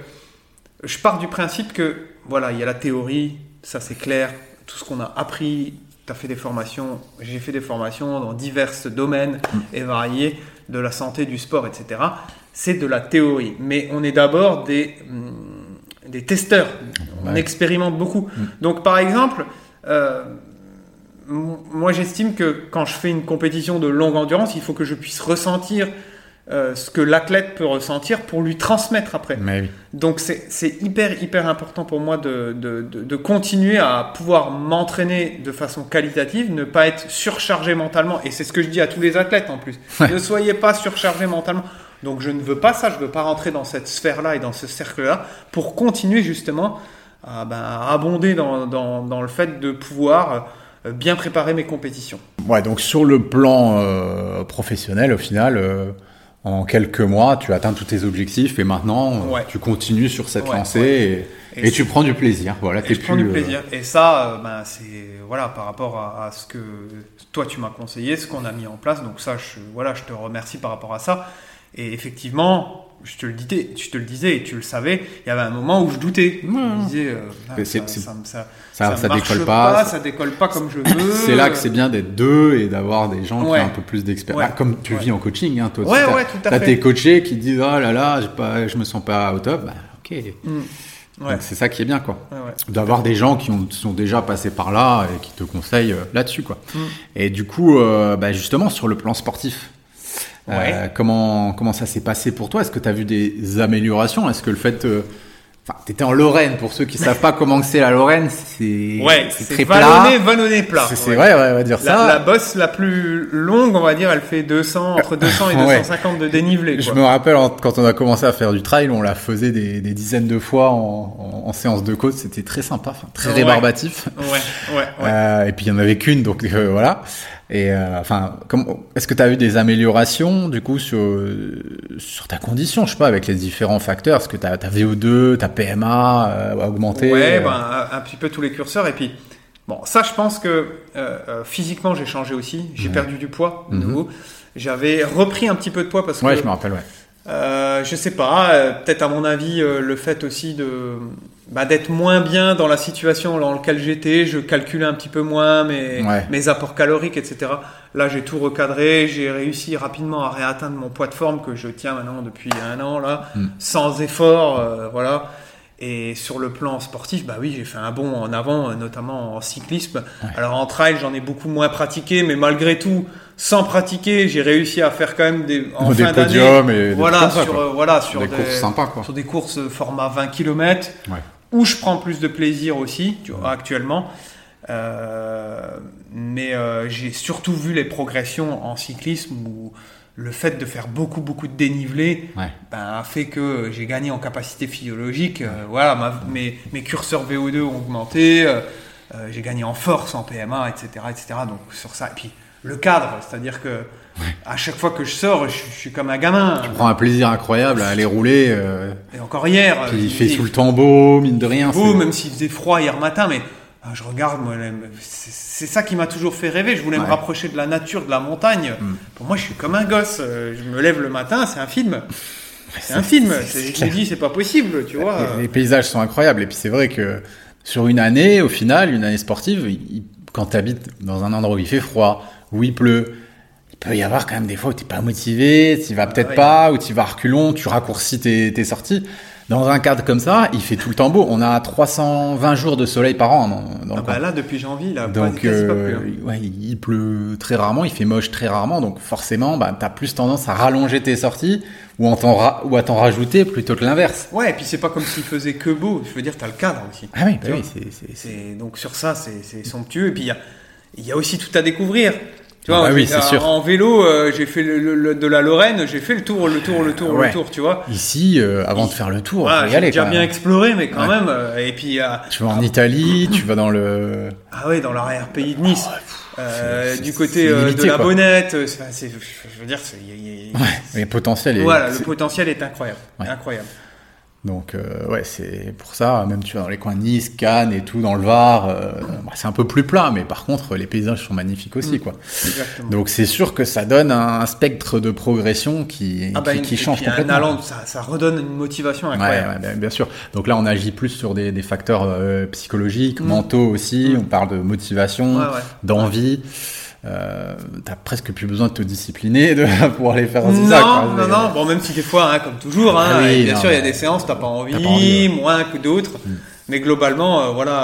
Speaker 1: je pars du principe que voilà, il y a la théorie, ça c'est clair, tout ce qu'on a appris. Tu as fait des formations, j'ai fait des formations dans divers domaines mmh. et variés de la santé, du sport, et cetera. C'est de la théorie, mais on est d'abord des, des testeurs, ouais. on expérimente beaucoup. Mmh. Donc par exemple, euh, moi j'estime que quand je fais une compétition de longue endurance, il faut que je puisse ressentir euh, ce que l'athlète peut ressentir pour lui transmettre après.
Speaker 2: Mais oui.
Speaker 1: Donc c'est, c'est hyper hyper important pour moi de, de, de, de continuer à pouvoir m'entraîner de façon qualitative, ne pas être surchargé mentalement. Et c'est ce que je dis à tous les athlètes en plus.
Speaker 2: Ouais.
Speaker 1: Ne soyez pas surchargé mentalement. Donc je ne veux pas ça, je ne veux pas rentrer dans cette sphère-là et dans ce cercle-là pour continuer justement à, ben, à abonder dans, dans, dans le fait de pouvoir euh, bien préparer mes compétitions.
Speaker 2: Ouais, donc sur le plan euh, professionnel, au final, euh, en quelques mois, tu atteins tous tes objectifs et maintenant, euh,
Speaker 1: Ouais.
Speaker 2: tu continues sur cette
Speaker 1: Ouais,
Speaker 2: lancée
Speaker 1: ouais.
Speaker 2: et, et, et tu prends du plaisir. Voilà,
Speaker 1: Et
Speaker 2: t'es
Speaker 1: je prends
Speaker 2: plus,
Speaker 1: du
Speaker 2: euh,
Speaker 1: plaisir. Et ça, euh, ben, c'est voilà, par rapport à, à ce que toi tu m'as conseillé, ce qu'on a mis en place. Donc ça, je, voilà, je te remercie par rapport à ça. Et effectivement, je te le disais, je te le disais et tu le savais, il y avait un moment où je doutais. Je me disais, euh, ah,
Speaker 2: Mais
Speaker 1: ça,
Speaker 2: c'est-
Speaker 1: ça, me- ça,
Speaker 2: ça-
Speaker 1: ça
Speaker 2: ça
Speaker 1: marche
Speaker 2: décolle pas, ça-
Speaker 1: ça décolle pas comme je veux.
Speaker 2: C'est là que c'est bien d'être deux et d'avoir des gens
Speaker 1: Ouais.
Speaker 2: qui ont un peu plus d'expérience.
Speaker 1: Ouais.
Speaker 2: Bah, comme tu
Speaker 1: Ouais.
Speaker 2: vis en coaching, hein, toi.
Speaker 1: Ouais,
Speaker 2: t'as,
Speaker 1: ouais, tout à
Speaker 2: t'as
Speaker 1: fait.
Speaker 2: tes coachés qui te disent oh là là, j'ai pas, je me sens pas au top. Bah, ok.
Speaker 1: Mm. Ouais.
Speaker 2: Donc c'est ça qui est bien, quoi.
Speaker 1: Ouais, ouais.
Speaker 2: D'avoir des gens qui ont, sont déjà passés par là et qui te conseillent euh, là-dessus, quoi.
Speaker 1: Mm.
Speaker 2: Et du coup, euh, bah, justement, sur le plan sportif, euh,
Speaker 1: Ouais.
Speaker 2: comment, comment ça s'est passé pour toi? Est-ce que tu as vu des améliorations? Est-ce que le fait. euh, Enfin, t'étais en Lorraine, pour ceux qui savent pas comment c'est la Lorraine, c'est,
Speaker 1: Ouais,
Speaker 2: c'est,
Speaker 1: c'est
Speaker 2: très
Speaker 1: vallonné,
Speaker 2: plat.
Speaker 1: vallonné plat.
Speaker 2: C'est, c'est
Speaker 1: Ouais.
Speaker 2: vrai, ouais, on va dire
Speaker 1: La,
Speaker 2: ça.
Speaker 1: la bosse la plus longue, on va dire, elle fait deux cents, entre deux cents et
Speaker 2: Ouais.
Speaker 1: deux cent cinquante de dénivelé.
Speaker 2: Je
Speaker 1: Quoi.
Speaker 2: me rappelle en- quand on a commencé à faire du trail, on la faisait des, des dizaines de fois en, en, en séance de coach. C'était très sympa, enfin, très
Speaker 1: Ouais.
Speaker 2: rébarbatif.
Speaker 1: Ouais, ouais, ouais.
Speaker 2: Euh, et puis il y en avait qu'une, donc euh, voilà. Et euh, enfin, comme, est-ce que tu as eu des améliorations du coup sur sur ta condition, je sais pas, avec les différents facteurs? Est-ce que ta ta V O deux, ta P M A euh, a augmenté?
Speaker 1: Ouais,
Speaker 2: euh,
Speaker 1: ben, un, un petit peu tous les curseurs. Et puis, bon, ça, je pense que euh, euh, physiquement, j'ai changé aussi. J'ai
Speaker 2: Ouais.
Speaker 1: perdu du poids, de
Speaker 2: Mhm.
Speaker 1: nouveau. J'avais repris un petit peu de poids parce
Speaker 2: Ouais,
Speaker 1: que,
Speaker 2: je me rappelle, ouais.
Speaker 1: euh, je sais pas, euh, peut-être à mon avis, euh, le fait aussi de bah, d'être moins bien dans la situation dans laquelle j'étais, je calculais un petit peu moins mes,
Speaker 2: Ouais.
Speaker 1: mes apports caloriques, et cetera. Là, j'ai tout recadré, j'ai réussi rapidement à réatteindre mon poids de forme que je tiens maintenant depuis un an, là,
Speaker 2: Mm.
Speaker 1: sans effort, euh, voilà. Et sur le plan sportif, bah oui, j'ai fait un bond en avant, euh, notamment en cyclisme.
Speaker 2: Ouais.
Speaker 1: Alors en trail, j'en ai beaucoup moins pratiqué, mais malgré tout, sans pratiquer, j'ai réussi à faire quand même des, en
Speaker 2: Des
Speaker 1: fin d'année,
Speaker 2: podiums et des
Speaker 1: voilà,
Speaker 2: trucs comme ça,
Speaker 1: sur,
Speaker 2: quoi.
Speaker 1: euh, voilà, sur
Speaker 2: Des courses sympas, quoi.
Speaker 1: sur des courses format vingt kilomètres,
Speaker 2: Ouais.
Speaker 1: où je prends plus de plaisir aussi, tu vois, actuellement. Euh, mais euh, j'ai surtout vu les progressions en cyclisme où le fait de faire beaucoup beaucoup de dénivelé
Speaker 2: Ouais.
Speaker 1: ben, a fait que j'ai gagné en capacité physiologique. Euh, voilà, ma- mes, mes curseurs V O deux ont augmenté, euh, euh, j'ai gagné en force, en P M A, et cetera, et cetera. Donc sur ça, et puis le cadre, c'est-à-dire que à chaque fois que je sors, je, je suis comme un gamin.
Speaker 2: Tu prends un plaisir incroyable à aller rouler. Euh,
Speaker 1: Et encore hier,
Speaker 2: puis
Speaker 1: euh,
Speaker 2: il fait
Speaker 1: il-
Speaker 2: sous le temps beau, mine de rien.
Speaker 1: beau,
Speaker 2: c'est-
Speaker 1: même s'il faisait froid hier matin, mais ah, je regarde, moi, c'est c'est ça qui m'a toujours fait rêver. Je voulais me
Speaker 2: Ouais.
Speaker 1: rapprocher de la nature, de la montagne.
Speaker 2: Mm.
Speaker 1: Pour moi, je suis comme un gosse. Euh, Je me lève le matin, c'est un film. C'est un film. C'est- Je me dis, c'est pas possible, tu vois.
Speaker 2: Les, les paysages sont incroyables. Et puis c'est vrai que sur une année, au final, une année sportive, il- quand tu habites dans un endroit où il fait froid, où il pleut, il peut y avoir quand même des fois où tu n'es pas motivé, tu vas peut-être
Speaker 1: ouais.
Speaker 2: pas, ou tu vas reculons, tu raccourcis tes, tes sorties. Dans un cadre comme ça, il fait tout le temps beau. On a trois cent vingt jours de soleil par an dans, dans
Speaker 1: Ah
Speaker 2: le coin.
Speaker 1: bah là, depuis janvier, là,
Speaker 2: Donc,
Speaker 1: quasi pas
Speaker 2: euh,
Speaker 1: plus, hein.
Speaker 2: ouais, il pleut très rarement, il fait moche très rarement, donc forcément, bah, t'as plus tendance à rallonger tes sorties ou, en t'en ra- ou à t'en rajouter plutôt que l'inverse.
Speaker 1: Ouais, et puis c'est pas comme s'il faisait que beau. Je veux dire, t'as le cadre aussi.
Speaker 2: Ah oui, bah
Speaker 1: Tu
Speaker 2: oui,
Speaker 1: vois.
Speaker 2: c'est, c'est, c'est-
Speaker 1: C'est- Donc sur ça, c'est c'est somptueux. Et puis il y a, il y a aussi tout à découvrir. Tu
Speaker 2: Ah
Speaker 1: vois,
Speaker 2: bah oui,
Speaker 1: j'ai-
Speaker 2: c'est sûr.
Speaker 1: En vélo, euh, j'ai fait le, le- le- de la Lorraine, j'ai fait le tour, le tour, le tour,
Speaker 2: Ouais.
Speaker 1: le tour, tu vois.
Speaker 2: Ici, euh, avant de faire le tour,
Speaker 1: Voilà,
Speaker 2: faut y
Speaker 1: j'ai
Speaker 2: aller
Speaker 1: déjà
Speaker 2: quand
Speaker 1: bien
Speaker 2: même.
Speaker 1: exploré, mais quand
Speaker 2: Ouais.
Speaker 1: même. euh, et puis, euh,
Speaker 2: Tu vas en Italie, tu vas dans le...
Speaker 1: ah ouais, dans l'arrière-pays de Nice, euh,
Speaker 2: c'est-
Speaker 1: du
Speaker 2: c'est-
Speaker 1: côté
Speaker 2: c'est
Speaker 1: euh,
Speaker 2: limité,
Speaker 1: de la
Speaker 2: quoi.
Speaker 1: Bonnette, euh, c'est, c'est- je veux dire, c'est, il y a- il y a-
Speaker 2: Ouais, mais le potentiel est...
Speaker 1: voilà, le
Speaker 2: c'est-
Speaker 1: potentiel est incroyable,
Speaker 2: Ouais.
Speaker 1: incroyable.
Speaker 2: Donc, euh, ouais, c'est pour ça, même tu vas dans les coins de Nice, Cannes et tout, dans le Var, euh, bah, c'est un peu plus plat, mais par contre, les paysages sont magnifiques aussi,
Speaker 1: Mm.
Speaker 2: quoi.
Speaker 1: Exactement.
Speaker 2: Donc, c'est sûr que ça donne un, un spectre de progression qui,
Speaker 1: Ah bah,
Speaker 2: qui,
Speaker 1: une-
Speaker 2: qui
Speaker 1: et
Speaker 2: change
Speaker 1: puis un
Speaker 2: complètement.
Speaker 1: allant, ça, ça redonne une motivation
Speaker 2: Ouais,
Speaker 1: incroyable.
Speaker 2: ouais, bien, bien sûr. Donc là, on agit plus sur des, des facteurs euh, psychologiques,
Speaker 1: Mm.
Speaker 2: mentaux aussi.
Speaker 1: Mm.
Speaker 2: On parle de motivation,
Speaker 1: Ouais, ouais.
Speaker 2: d'envie. Euh, t'as presque plus besoin de te discipliner de pouvoir les faire aussi
Speaker 1: Non,
Speaker 2: ça. quoi.
Speaker 1: non, non. Bon, même si des fois, hein, comme toujours, hein,
Speaker 2: Ah oui,
Speaker 1: et bien
Speaker 2: non,
Speaker 1: sûr, il y a
Speaker 2: mais
Speaker 1: des séances, t'as pas envie,
Speaker 2: t'as pas envie, ouais.
Speaker 1: moins que d'autres.
Speaker 2: Mm.
Speaker 1: Mais globalement, euh, voilà, euh,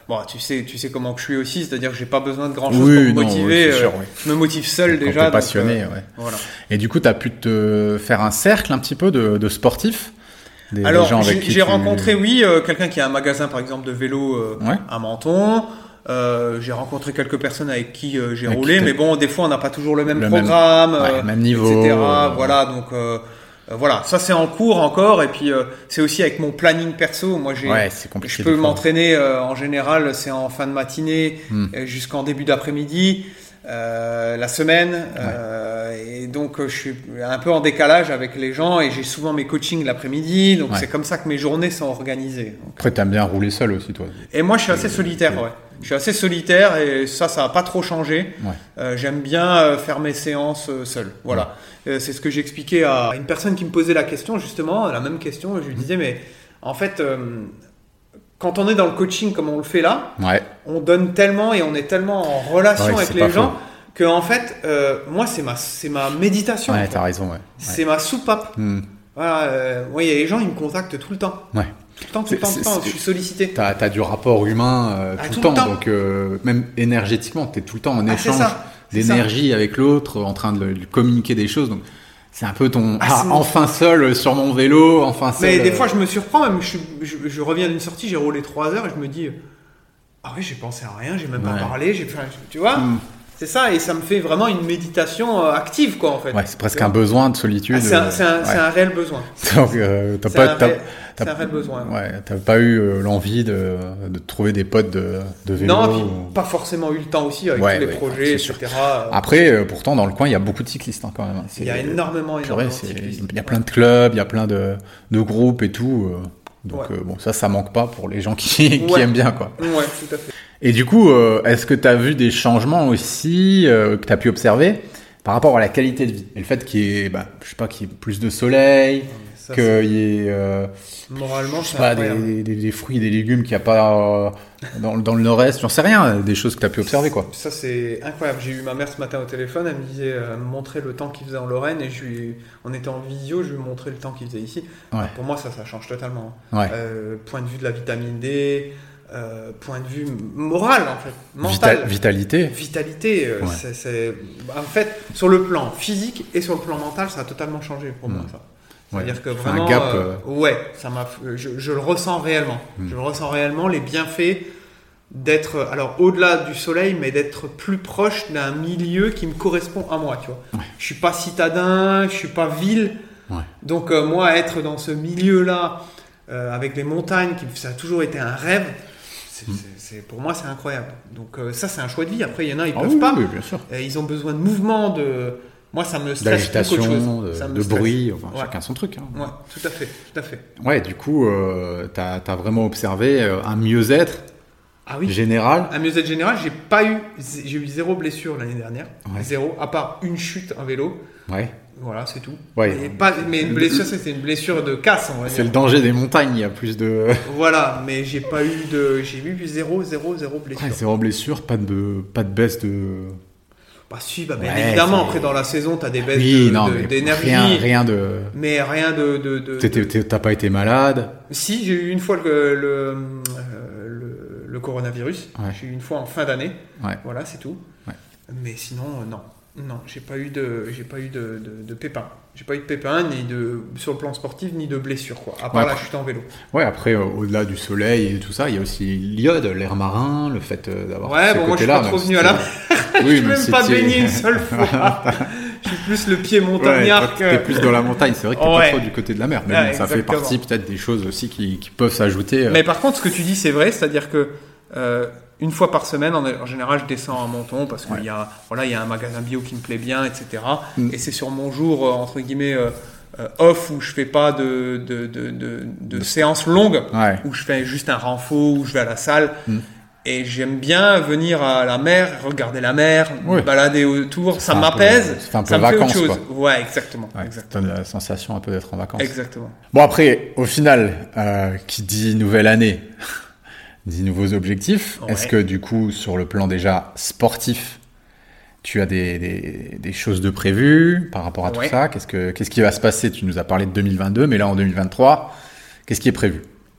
Speaker 1: bon, tu sais, tu sais comment que je suis aussi, c'est-à-dire que j'ai pas besoin de grand-chose
Speaker 2: Oui,
Speaker 1: pour me
Speaker 2: non,
Speaker 1: motiver.
Speaker 2: oui, c'est sûr,
Speaker 1: euh,
Speaker 2: oui.
Speaker 1: Je me motive seul
Speaker 2: Quand
Speaker 1: déjà.
Speaker 2: t'es
Speaker 1: donc,
Speaker 2: passionné,
Speaker 1: euh,
Speaker 2: ouais.
Speaker 1: Voilà.
Speaker 2: Et du coup, tu as pu te faire un cercle un petit peu de, de sportifs des, des
Speaker 1: Alors,
Speaker 2: gens avec
Speaker 1: j'ai,
Speaker 2: qui
Speaker 1: j'ai
Speaker 2: tu-
Speaker 1: rencontré, oui, euh, quelqu'un qui a un magasin, par exemple, de vélo euh,
Speaker 2: Ouais.
Speaker 1: à Menton. Euh, j'ai rencontré quelques personnes avec qui euh, j'ai
Speaker 2: Avec
Speaker 1: roulé,
Speaker 2: qui t'as-
Speaker 1: mais bon, des fois, on n'a pas toujours le même
Speaker 2: Le même-
Speaker 1: programme,
Speaker 2: ouais,
Speaker 1: euh,
Speaker 2: même niveau,
Speaker 1: et cetera.
Speaker 2: euh,
Speaker 1: Voilà, donc euh, euh, voilà, ça c'est en cours encore, et puis euh, c'est aussi avec mon planning perso. Moi, j'ai,
Speaker 2: Ouais, c'est compliqué.
Speaker 1: je peux
Speaker 2: des fois.
Speaker 1: m'entraîner euh, en général, c'est en fin de matinée
Speaker 2: Hmm.
Speaker 1: euh, jusqu'en début d'après-midi. Euh, la semaine euh, et donc euh, je suis un peu en décalage avec les gens et j'ai souvent mes coachings l'après-midi, donc
Speaker 2: Ouais.
Speaker 1: c'est comme ça que mes journées sont organisées. Donc,
Speaker 2: Après, t'aimes bien rouler seul aussi, toi.
Speaker 1: et moi, je suis assez solitaire, ouais. Je suis assez solitaire et ça, ça n'a pas trop changé.
Speaker 2: Ouais.
Speaker 1: Euh, j'aime bien euh, faire mes séances euh, seul. Voilà. Euh, c'est ce que j'expliquais à une personne qui me posait la question, justement, la même question. Je lui disais, mais en fait, euh, quand on est dans le coaching comme on le fait là,
Speaker 2: Ouais.
Speaker 1: on donne tellement et on est tellement en relation
Speaker 2: Ouais,
Speaker 1: avec
Speaker 2: c'est
Speaker 1: les
Speaker 2: pas
Speaker 1: gens
Speaker 2: faux.
Speaker 1: que, en fait, euh, moi, c'est ma, c'est ma méditation. en
Speaker 2: Ouais,
Speaker 1: fait.
Speaker 2: t'as raison, ouais.
Speaker 1: C'est ma soupape.
Speaker 2: Hmm.
Speaker 1: Voilà. Euh, moi, il y a des gens, ils me contactent tout le temps.
Speaker 2: Ouais.
Speaker 1: Tout le temps, tout le
Speaker 2: C'est-
Speaker 1: temps, tout le temps.
Speaker 2: c'est-
Speaker 1: Je suis sollicité.
Speaker 2: T'as, t'as du rapport humain euh,
Speaker 1: Ah,
Speaker 2: tout,
Speaker 1: tout
Speaker 2: le temps,
Speaker 1: le temps.
Speaker 2: donc euh, même énergétiquement, t'es tout le temps en
Speaker 1: Ah, c'est
Speaker 2: échange
Speaker 1: ça, c'est
Speaker 2: d'énergie avec l'autre, en train de lui communiquer des choses. Donc c'est un peu ton
Speaker 1: Ah,
Speaker 2: ah,
Speaker 1: c'est-
Speaker 2: enfin seul sur mon vélo, enfin seul.
Speaker 1: Mais des
Speaker 2: euh,
Speaker 1: fois, je me surprends, même je, je, je reviens d'une sortie, j'ai roulé trois heures et je me dis, ah oui, j'ai pensé à rien, j'ai même
Speaker 2: Ouais.
Speaker 1: pas parlé, j'ai fait, tu vois,
Speaker 2: Hmm.
Speaker 1: c'est ça, et ça me fait vraiment une méditation euh, active, quoi, en fait.
Speaker 2: Ouais, c'est presque
Speaker 1: Tu vois.
Speaker 2: un besoin de solitude.
Speaker 1: Ah, c'est, un,
Speaker 2: euh,
Speaker 1: c'est, un, c'est
Speaker 2: ouais.
Speaker 1: un réel besoin.
Speaker 2: Donc, euh, t'as
Speaker 1: C'est
Speaker 2: pas,
Speaker 1: un,
Speaker 2: t'as,
Speaker 1: réel,
Speaker 2: t'as-
Speaker 1: c'est un réel besoin.
Speaker 2: ouais, t'as pas eu euh, l'envie de, de trouver des potes de, de vélo.
Speaker 1: Non, puis
Speaker 2: ou-
Speaker 1: pas forcément eu le temps aussi avec
Speaker 2: Ouais,
Speaker 1: tous les
Speaker 2: ouais,
Speaker 1: projets,
Speaker 2: c'est sûr.
Speaker 1: et cetera.
Speaker 2: Après, euh, pourtant, dans le coin, il y a beaucoup de cyclistes hein, quand même. C'est-
Speaker 1: Il y a énormément,
Speaker 2: Purée,
Speaker 1: énormément
Speaker 2: c'est-
Speaker 1: de cyclistes.
Speaker 2: il y a plein de clubs, il y a plein de, de groupes et tout. euh, donc
Speaker 1: Ouais.
Speaker 2: euh, bon, ça, ça manque pas pour les gens qui, qui
Speaker 1: Ouais.
Speaker 2: aiment bien, quoi.
Speaker 1: Ouais, tout à fait.
Speaker 2: Et du coup, euh, est-ce que tu as vu des changements aussi euh, que tu as pu observer par rapport à la qualité de vie et le fait qu'il y ait, bah, je sais pas, qu'il y ait plus de soleil,
Speaker 1: Ça,
Speaker 2: qu'il
Speaker 1: c'est-
Speaker 2: y ait, euh,
Speaker 1: moralement,
Speaker 2: je sais
Speaker 1: c'est
Speaker 2: pas,
Speaker 1: incroyable.
Speaker 2: des, des, des fruits, des légumes qu'il n'y a pas euh, dans, dans le nord-est, j'en sais rien, des choses que tu as pu observer, quoi.
Speaker 1: Ça, c'est incroyable. J'ai eu ma mère ce matin au téléphone, elle me disait, euh, elle me montrait le temps qu'il faisait en Lorraine et je lui, on était en visio, je lui montrais le temps qu'il faisait ici.
Speaker 2: Ouais.
Speaker 1: Pour moi, ça, ça change totalement.
Speaker 2: Ouais.
Speaker 1: Euh, point de vue de la vitamine D, euh, point de vue moral, en fait,
Speaker 2: Vita-
Speaker 1: mental.
Speaker 2: vitalité.
Speaker 1: Vitalité, euh,
Speaker 2: Ouais.
Speaker 1: c'est, c'est- en fait, sur le plan physique et sur le plan mental, ça a totalement changé pour moi,
Speaker 2: Mm.
Speaker 1: ça.
Speaker 2: Ouais.
Speaker 1: C'est-à-dire que
Speaker 2: Fait un
Speaker 1: vraiment,
Speaker 2: gap,
Speaker 1: euh,
Speaker 2: euh.
Speaker 1: ouais, ça m'a, je, je le ressens réellement.
Speaker 2: Mm.
Speaker 1: Je le ressens réellement, les bienfaits d'être, alors au-delà du soleil, mais d'être plus proche d'un milieu qui me correspond à moi, tu vois.
Speaker 2: Ouais.
Speaker 1: Je suis pas citadin, je suis pas ville,
Speaker 2: Ouais.
Speaker 1: donc euh, moi être dans ce milieu-là euh, avec les montagnes, qui, ça a toujours été un rêve. C'est,
Speaker 2: Mm.
Speaker 1: c'est- c'est- pour moi, c'est incroyable. Donc euh, ça, c'est un choix de vie. Après, il y en a, ils
Speaker 2: Ah
Speaker 1: peuvent
Speaker 2: oui,
Speaker 1: pas.
Speaker 2: oui, bien sûr.
Speaker 1: Euh, ils ont besoin de mouvement, de. Moi, ça me stresse plus qu'autre
Speaker 2: D'agitation,
Speaker 1: chose.
Speaker 2: de,
Speaker 1: Ça me
Speaker 2: de
Speaker 1: stresse.
Speaker 2: bruit, enfin,
Speaker 1: Ouais.
Speaker 2: chacun son truc. Hein.
Speaker 1: Ouais, tout à fait, tout à fait.
Speaker 2: Ouais, du coup, euh, tu as vraiment observé euh, un mieux-être
Speaker 1: Ah oui.
Speaker 2: général.
Speaker 1: Un mieux-être général, j'ai pas eu, j'ai eu zéro blessure l'année dernière,
Speaker 2: Ouais.
Speaker 1: zéro, à part une chute en vélo.
Speaker 2: Ouais.
Speaker 1: Voilà, c'est tout.
Speaker 2: Ouais.
Speaker 1: Mais, pas, mais une blessure, c'était une blessure de casse, on va
Speaker 2: C'est
Speaker 1: dire.
Speaker 2: le danger des montagnes, il y a plus de...
Speaker 1: Voilà, mais j'ai pas eu de, j'ai eu zéro, zéro, zéro blessure.
Speaker 2: Ouais, zéro blessure, pas de, pas de baisse de...
Speaker 1: Bah si, bah, bien
Speaker 2: Ouais,
Speaker 1: évidemment.
Speaker 2: c'est-
Speaker 1: Après, dans la saison, t'as des baisses
Speaker 2: Oui,
Speaker 1: de-
Speaker 2: non,
Speaker 1: de-
Speaker 2: mais
Speaker 1: d'énergie,
Speaker 2: rien, rien de...
Speaker 1: mais rien de, de, de,
Speaker 2: T'étais-
Speaker 1: de-
Speaker 2: t'es- T'as pas été malade.
Speaker 1: Si, j'ai eu une fois le, le, euh, le, le coronavirus.
Speaker 2: Ouais.
Speaker 1: J'ai eu une fois en fin d'année.
Speaker 2: Ouais.
Speaker 1: Voilà, c'est tout.
Speaker 2: Ouais.
Speaker 1: Mais sinon, euh, non. Non, j'ai pas eu de, j'ai pas eu de, de, de pépins. J'ai pas eu de pépins ni de sur le plan sportif ni de blessures quoi. À part
Speaker 2: Ouais.
Speaker 1: la chute en vélo.
Speaker 2: Ouais, après, euh, au-delà du soleil et tout ça, il y a aussi l'iode, l'air marin, le fait euh, d'avoir
Speaker 1: Ouais,
Speaker 2: ce
Speaker 1: bon, moi je suis
Speaker 2: côté-là.
Speaker 1: pas trop
Speaker 2: même
Speaker 1: venu
Speaker 2: si
Speaker 1: à la
Speaker 2: tu-
Speaker 1: mer.
Speaker 2: Oui,
Speaker 1: Je suis
Speaker 2: même
Speaker 1: même
Speaker 2: si
Speaker 1: pas
Speaker 2: tu-
Speaker 1: baigné une seule fois. Je suis plus le pied
Speaker 2: Ouais,
Speaker 1: montagnard
Speaker 2: toi, t'es
Speaker 1: que.
Speaker 2: plus dans la montagne, c'est vrai que t'es
Speaker 1: Ouais.
Speaker 2: pas trop du côté de la mer, mais
Speaker 1: Ouais,
Speaker 2: bon, ça fait
Speaker 1: exactement.
Speaker 2: partie peut-être des choses aussi qui, qui peuvent s'ajouter. euh.
Speaker 1: Mais par contre, ce que tu dis, c'est vrai, c'est-à-dire que euh, une fois par semaine, en, en général, je descends à Menton parce qu'il
Speaker 2: Ouais.
Speaker 1: y a, voilà, il y a un magasin bio qui me plaît bien, et cetera.
Speaker 2: Mm.
Speaker 1: Et c'est sur mon jour euh, entre guillemets euh, euh, off où je fais pas de de de, de, de séances longues,
Speaker 2: Ouais.
Speaker 1: où je fais juste un renfort, où je vais à la salle.
Speaker 2: Mm.
Speaker 1: Et j'aime bien venir à la mer, regarder la mer,
Speaker 2: Ouais.
Speaker 1: me balader autour. Ça
Speaker 2: fait un
Speaker 1: m'apaise,
Speaker 2: peu- ça fait un peu
Speaker 1: ça me fait autre
Speaker 2: vacances,
Speaker 1: chose. Ouais, exactement,
Speaker 2: Ouais, ça
Speaker 1: exactement,
Speaker 2: donne la sensation un peu d'être en vacances.
Speaker 1: exactement.
Speaker 2: Bon, après, au final, euh, qui dit nouvelle année, dit nouveaux objectifs.
Speaker 1: Ouais.
Speaker 2: Est-ce que du coup, sur le plan déjà sportif, tu as des, des, des choses de prévues par rapport à tout
Speaker 1: Ouais.
Speaker 2: ça? Qu'est-ce que, qu'est-ce qui va se passer? Tu nous as parlé de deux mille vingt-deux, mais là, en deux mille vingt-trois, qu'est-ce qui est prévu?
Speaker 1: Alors,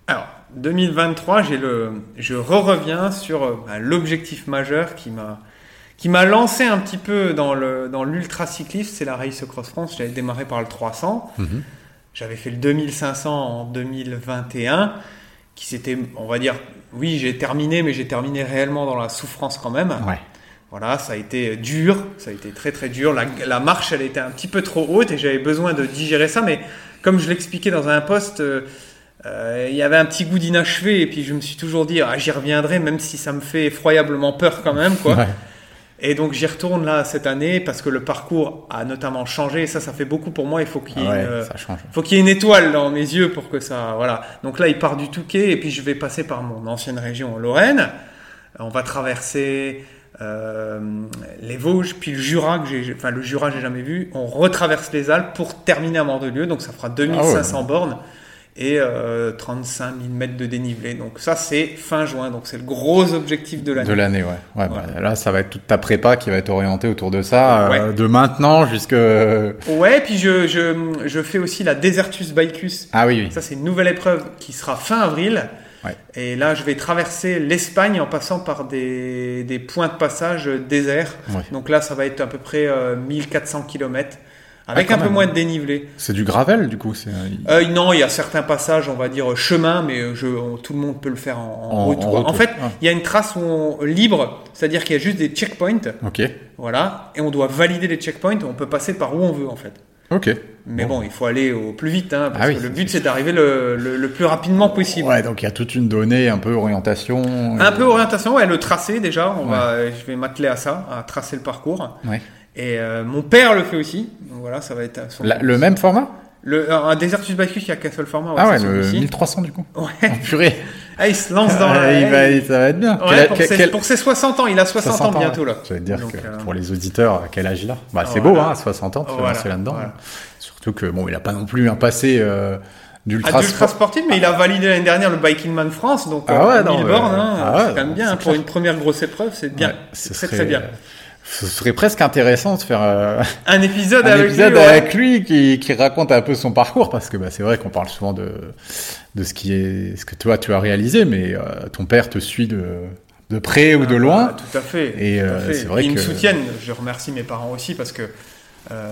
Speaker 1: deux mille vingt-trois, j'ai le, je re-reviens sur euh, bah, l'objectif majeur qui m'a, qui m'a lancé un petit peu dans, le, dans l'ultra-cyclisme, c'est la Race Across France. J'avais démarré par le trois cents. Mm-hmm. J'avais fait le deux mille cinq cents en deux mille vingt et un, qui s'était, on va dire, oui, j'ai terminé, mais j'ai terminé réellement dans la souffrance quand même.
Speaker 2: Ouais.
Speaker 1: Voilà, ça a été dur, ça a été très très dur. La, la marche, elle était un petit peu trop haute et j'avais besoin de digérer ça. Mais comme je l'expliquais dans un post, euh, euh, il y avait un petit goût d'inachevé. Et puis je me suis toujours dit, ah, j'y reviendrai, même si ça me fait effroyablement peur quand même, quoi. Ouais. Et donc j'y retourne là cette année parce que le parcours a notamment changé. Et ça, ça fait beaucoup pour moi. Il faut qu'il y ait,
Speaker 2: ouais,
Speaker 1: une, euh,
Speaker 2: ça change.
Speaker 1: faut qu'il y ait une étoile dans mes yeux pour que ça, voilà. Donc là, il part du Touquet et puis je vais passer par mon ancienne région, Lorraine. On va traverser Euh, les Vosges, puis le Jura, que j'ai, enfin le Jura, j'ai jamais vu. On retraverse les Alpes pour terminer à Mandelieu, donc ça fera deux mille cinq cents ah ouais. bornes et euh, trente-cinq mille mètres de dénivelé. Donc ça, c'est fin juin, donc c'est le gros objectif de l'année.
Speaker 2: De l'année, ouais. ouais, ouais. Bah, là, ça va être toute ta prépa qui va être orientée autour de ça, ouais. euh, de maintenant jusque.
Speaker 1: Ouais, puis je, je, je fais aussi la Desertus Bicus.
Speaker 2: Ah oui, oui.
Speaker 1: Ça, c'est une nouvelle épreuve qui sera fin avril. Ouais. Et là, je vais traverser l'Espagne en passant par des, des points de passage déserts. Ouais. Donc là, ça va être à peu près euh, mille quatre cents kilomètres avec ah, un peu même. moins de dénivelé.
Speaker 2: C'est du gravel, du coup c'est...
Speaker 1: Euh, Non, il y a certains passages, on va dire chemin, mais je, on, tout le monde peut le faire en, en, en route. En, route, en fait, ah. il y a une trace où on, libre, c'est-à-dire qu'il y a juste des checkpoints.
Speaker 2: Ok.
Speaker 1: Voilà, et on doit valider les checkpoints. On peut passer par où on veut, en fait.
Speaker 2: Ok.
Speaker 1: Mais bon. bon, il faut aller au plus vite, hein, parce ah oui, que le but c'est d'arriver le, le, le plus rapidement possible.
Speaker 2: Ouais, donc il y a toute une donnée, un peu orientation.
Speaker 1: Un peu orientation, ouais, le tracé déjà. On ouais. va, je vais m'atteler à ça, à tracer le parcours. Ouais. Et euh, mon père le fait aussi. Donc voilà, ça va être son...
Speaker 2: La, le même format.
Speaker 1: Le, un Desertus Bicus, il n'y a qu'un seul format. Ouais,
Speaker 2: ah ouais, le mille trois cents du coup.
Speaker 1: Ouais.
Speaker 2: Oh, purée.
Speaker 1: Ah, il se lance dans la...
Speaker 2: il va, ça va être bien.
Speaker 1: Ouais, quel, pour, quel, ses, quel... pour ses soixante ans, il a soixante, soixante ans bientôt là.
Speaker 2: Je vais te dire donc, que euh... pour les auditeurs, à quel âge il a bah, c'est voilà. beau, hein, soixante ans, tu voilà. lancer là-dedans. Voilà. Surtout que bon, il n'a pas non plus un passé euh, d'ultra,
Speaker 1: ah, d'ultra sportif, mais il a validé l'année dernière le Biking Man France, donc
Speaker 2: ah ouais,
Speaker 1: euh,
Speaker 2: non,
Speaker 1: mille bornes,
Speaker 2: euh,
Speaker 1: hein,
Speaker 2: ah
Speaker 1: c'est
Speaker 2: ouais,
Speaker 1: quand même bien. Hein, pour une première grosse épreuve, c'est bien. Ouais, c'est très serait... très bien.
Speaker 2: Ce serait presque intéressant de faire euh,
Speaker 1: un épisode,
Speaker 2: un
Speaker 1: avec,
Speaker 2: épisode
Speaker 1: lui,
Speaker 2: avec
Speaker 1: ouais.
Speaker 2: lui qui, qui raconte un peu son parcours parce que bah, c'est vrai qu'on parle souvent de, de ce, qui est, ce que toi tu as réalisé, mais euh, ton père te suit de, de près ah, ou de loin.
Speaker 1: Bah, tout à fait.
Speaker 2: Et
Speaker 1: tout à
Speaker 2: euh,
Speaker 1: fait.
Speaker 2: c'est vrai
Speaker 1: ils
Speaker 2: que...
Speaker 1: me soutiennent. Je remercie mes parents aussi parce que euh,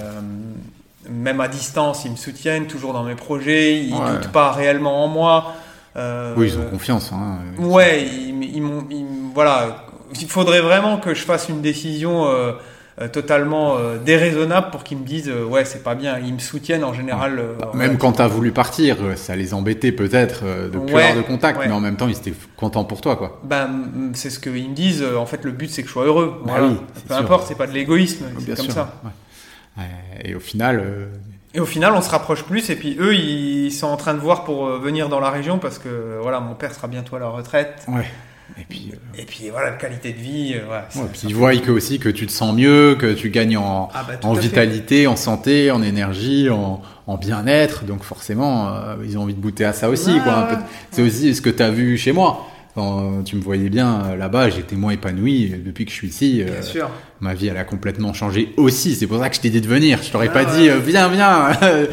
Speaker 1: même à distance, ils me soutiennent toujours dans mes projets. Ils ouais. doutent pas réellement en moi.
Speaker 2: Euh, oui, ils ont confiance. Hein.
Speaker 1: Ouais, ils, ils m'ont, ils, voilà. Il faudrait vraiment que je fasse une décision euh, euh, totalement euh, déraisonnable pour qu'ils me disent euh, ouais, c'est pas bien. Ils me soutiennent en général. Euh,
Speaker 2: bah, même quand tu as voulu partir, ça les embêtait peut-être euh, de plus ouais, avoir de contact, ouais. mais en même temps, ils étaient contents pour toi, quoi.
Speaker 1: Ben, c'est ce qu'ils me disent. En fait, le but, c'est que je sois heureux.
Speaker 2: Bah
Speaker 1: voilà.
Speaker 2: oui,
Speaker 1: peu sûr. importe, c'est pas de l'égoïsme, c'est
Speaker 2: bien
Speaker 1: comme
Speaker 2: sûr,
Speaker 1: ça.
Speaker 2: Ouais. Et au final. Euh...
Speaker 1: Et au final, on se rapproche plus. Et puis eux, ils sont en train de voir pour venir dans la région parce que voilà, mon père sera bientôt à la retraite.
Speaker 2: Ouais. Et puis, euh...
Speaker 1: et puis voilà, la qualité de vie. Euh, ouais,
Speaker 2: ouais, puis ils voient que aussi que tu te sens mieux, que tu gagnes en, ah bah, en vitalité, fait. en santé, en énergie, en, en bien-être. Donc forcément, euh, ils ont envie de goûter à ça aussi. Ouais, quoi, un peu. C'est ouais. aussi ce que tu as vu chez moi. Quand tu me voyais bien euh, là-bas, j'étais moins épanoui. Depuis que je suis ici, euh,
Speaker 1: bien sûr.
Speaker 2: Ma vie elle a complètement changé aussi. C'est pour ça que je t'ai dit de venir. Je t'aurais ah, pas ouais. dit euh, viens, viens.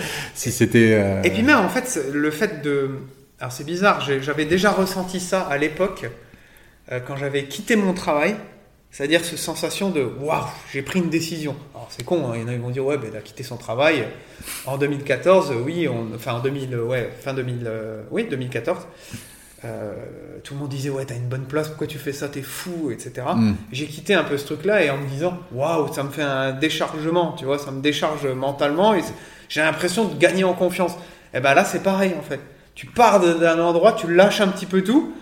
Speaker 2: si c'était. Euh...
Speaker 1: Et puis même en fait, le fait de. Alors c'est bizarre. J'avais déjà ressenti ça à l'époque. Quand j'avais quitté mon travail, c'est-à-dire cette sensation de waouh, j'ai pris une décision. Alors c'est con, hein, il y en a qui vont dire ouais, ben il a quitté son travail en deux mille quatorze, oui, on, enfin en deux mille, ouais, fin deux mille, euh, oui, deux mille quatorze. Euh, tout le monde disait ouais, t'as une bonne place, pourquoi tu fais ça, t'es fou, et cetera. Mm. J'ai quitté un peu ce truc-là et en me disant waouh, ça me fait un déchargement, tu vois, ça me décharge mentalement et j'ai l'impression de gagner en confiance. Et ben là, c'est pareil en fait. Tu pars d'un endroit, tu lâches un petit peu tout.